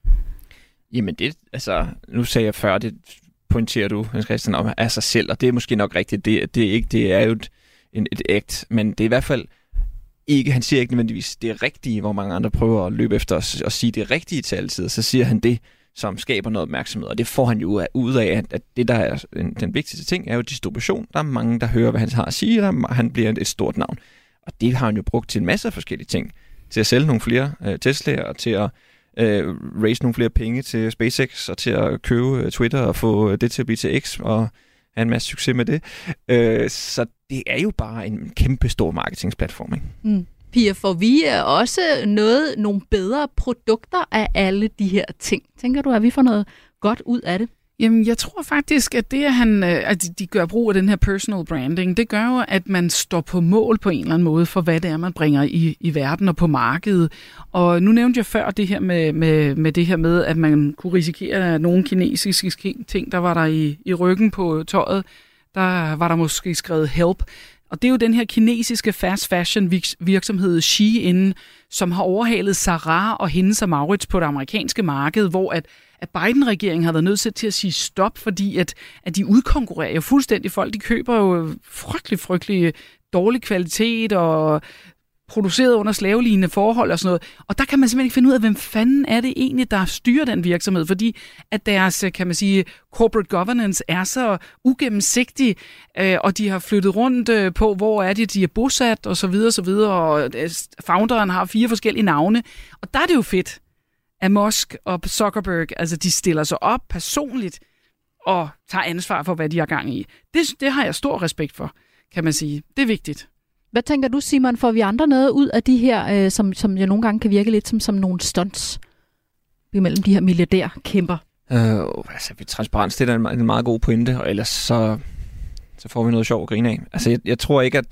Jamen det, altså, nu sagde jeg før, det pointerer du, Hans Christian, om af sig selv, og det er måske nok rigtigt, det, det er ikke, det er jo et, et act, men det er i hvert fald ikke, han siger ikke nødvendigvis det rigtige, hvor mange andre prøver at løbe efter os og sige det rigtige til altid, så siger han det, som skaber noget opmærksomhed, og det får han jo ud af, at det, der er den vigtigste ting, er jo distribution. Der er mange, der hører, hvad han har at sige, og han bliver et stort navn. Og det har han jo brugt til en masse forskellige ting. Til at sælge nogle flere uh, Tesla'er, og til at uh, raise nogle flere penge til SpaceX, og til at købe uh, Twitter og få det til at blive til X, og have en masse succes med det. Uh, så det er jo bare en kæmpe stor marketingsplatform, ikke? Mm. Pia, får vi også noget, nogle bedre produkter af alle de her ting? Tænker du, at vi får noget godt ud af det? Jamen, jeg tror faktisk, at det, at, han, at de gør brug af den her personal branding, det gør jo, at man står på mål på en eller anden måde for, hvad det er, man bringer i, i verden og på markedet. Og nu nævnte jeg før det her med, med, med det her med, at man kunne risikere, at nogle kinesiske ting, der var der i, i ryggen på tøjet, der var der måske skrevet help. Og det er jo den her kinesiske fast fashion virksomhed Shein, som har overhalet Zara og Hennes og Mauritz på det amerikanske marked, hvor at, at Biden-regeringen har været nødt til at sige stop, fordi at, at de udkonkurrerer jo fuldstændig folk. De køber jo frygtelig, frygtelig dårlig kvalitet og produceret under slavelignende forhold og sådan noget. Og der kan man simpelthen ikke finde ud af, hvem fanden er det egentlig, der styrer den virksomhed, fordi at deres, kan man sige, corporate governance er så ugennemsigtig, øh, og de har flyttet rundt øh, på, hvor er det, de er bosat, og så videre, så videre, og øh, founderen har fire forskellige navne. Og der er det jo fedt, at Musk og Zuckerberg, altså de stiller sig op personligt og tager ansvar for, hvad de har gang i. Det, det har jeg stor respekt for, kan man sige. Det er vigtigt. Hvad tænker du, Simon? Får vi andre noget ud af de her, øh, som, som jo nogle gange kan virke lidt som, som nogle stunts imellem de her milliardærkæmper? Øh, altså, transparens, det er en, en meget god pointe, og ellers så, så får vi noget sjov at grine af. Altså, jeg, jeg tror ikke, at...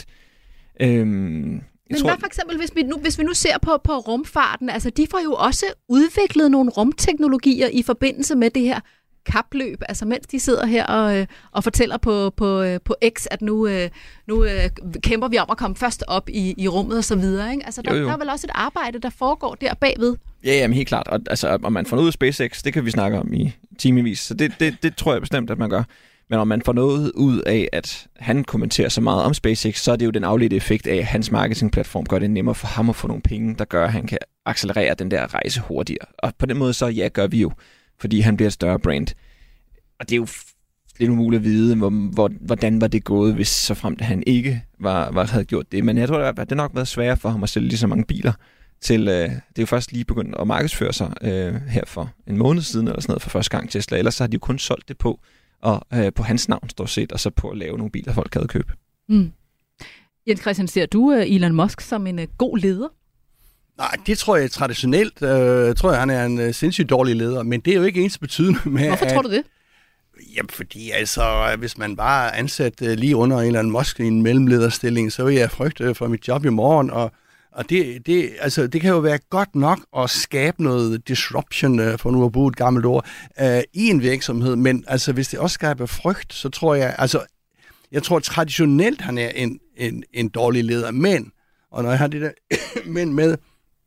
Øh, Men tror... hvad for eksempel, hvis vi nu, hvis vi nu ser på, på rumfarten, altså de får jo også udviklet nogle rumteknologier i forbindelse med det her kapløb, altså mens de sidder her og, øh, og fortæller på, på, øh, på X, at nu, øh, nu øh, kæmper vi om at komme først op i, i rummet og så videre, ikke? Altså der, jo, jo. der er vel også et arbejde, der foregår der bagved? Ja, jamen helt klart. Og, altså, om man får noget ud af SpaceX, det kan vi snakke om i timevis, så det, det, det tror jeg bestemt, at man gør. Men om man får noget ud af, at han kommenterer så meget om SpaceX, så er det jo den afledte effekt af, at hans marketingplatform gør det nemmere for ham at få nogle penge, der gør, at han kan accelerere den der rejse hurtigere. Og på den måde så, ja, gør vi jo, fordi han bliver et større brand. Og det er jo lidt umuligt at vide, hvor, hvor, hvordan var det gået, hvis så frem til han ikke var, var, havde gjort det. Men jeg tror, at det nok været sværere for ham at sælge lige så mange biler til, øh, det er jo først lige begyndt at markedsføre sig øh, her for en måned siden, eller sådan noget, for første gang Tesla. Ellers så har de jo kun solgt det på, og øh, på hans navn stort set, og så på at lave nogle biler, folk havde købe. Mm. Jens Christian, ser du uh, Elon Musk som en uh, god leder? Nej, det tror jeg traditionelt. Øh, tror jeg, han er en uh, sindssygt dårlig leder, men det er jo ikke ens betydende med... Hvorfor at, tror du det? Jamen, fordi altså, hvis man bare er ansat uh, lige under Elon Musk i en mellemlederstilling, så vil jeg frygte for mit job i morgen, og Og det, det, altså, det kan jo være godt nok at skabe noget disruption, uh, for nu at bruge et gammelt ord, uh, i en virksomhed. Men altså, hvis det også skaber frygt, så tror jeg, altså, jeg tror traditionelt, han er en, en, en dårlig leder. Men, og når jeg har det der men med,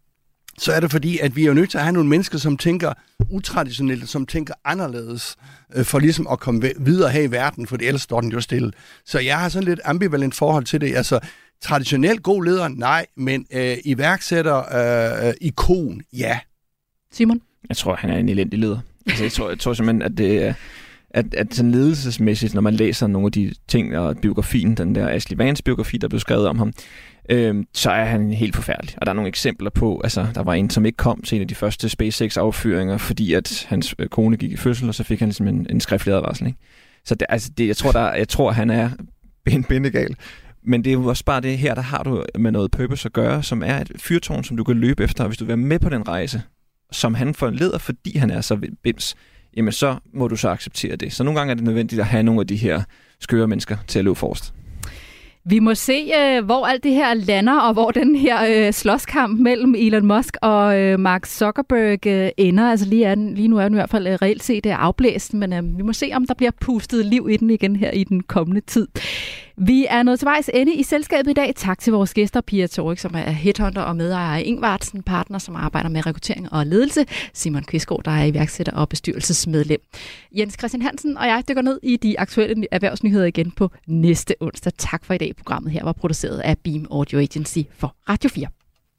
så er det fordi, at vi er jo nødt til at have nogle mennesker, som tænker utraditionelt, som tænker anderledes, uh, for ligesom at komme videre her i verden, for ellers står den jo stille. Så jeg har sådan lidt ambivalent forhold til det. Altså, traditionelt god leder, nej, men øh, iværksætter, øh, ikon, ja. Simon? Jeg tror, han er en elendig leder. Altså, jeg, tror, jeg tror simpelthen, at det er... At, at sådan ledelsesmæssigt, når man læser nogle af de ting og biografien, den der Ashley Vance biografi, der blev skrevet om ham, øh, så er han helt forfærdelig. Og der er nogle eksempler på, altså der var en, som ikke kom til en af de første SpaceX-affyringer, fordi at hans kone gik i fødsel, og så fik han simpelthen en, en skriftlig advarsel. Ikke? Så det, altså det, jeg, tror, der, jeg tror, han er en bindegal. Men det er jo også bare det her, der har du med noget purpose at gøre, som er et fyrtårn, som du kan løbe efter. Og hvis du vil være med på den rejse, som han forleder, fordi han er så bims, jamen så må du så acceptere det. Så nogle gange er det nødvendigt at have nogle af de her skøre mennesker til at løbe forrest. Vi må se, øh, hvor alt det her lander, og hvor den her øh, slåskamp mellem Elon Musk og øh, Mark Zuckerberg øh, ender. Altså lige, er den, lige nu er den i hvert fald øh, reelt set øh, afblæst, men øh, vi må se, om der bliver pustet liv i den igen her i den kommende tid. Vi er nået til vejs ende i selskabet i dag. Tak til vores gæster, Pia Torik, som er headhunter og medejer af Ingvartsen, partner, som arbejder med rekruttering og ledelse. Simon Kvistgaard, der er iværksætter og bestyrelsesmedlem. Jens Christian Hansen og jeg dykker ned i de aktuelle erhvervsnyheder igen på næste onsdag. Tak for i dag. Programmet her var produceret af Beam Audio Agency for Radio fire.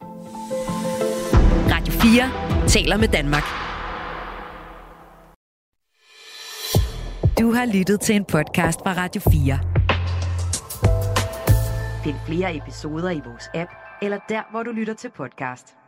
Radio fire taler med Danmark. Du har lyttet til en podcast fra Radio fire. Find flere episoder i vores app, eller der, hvor du lytter til podcast.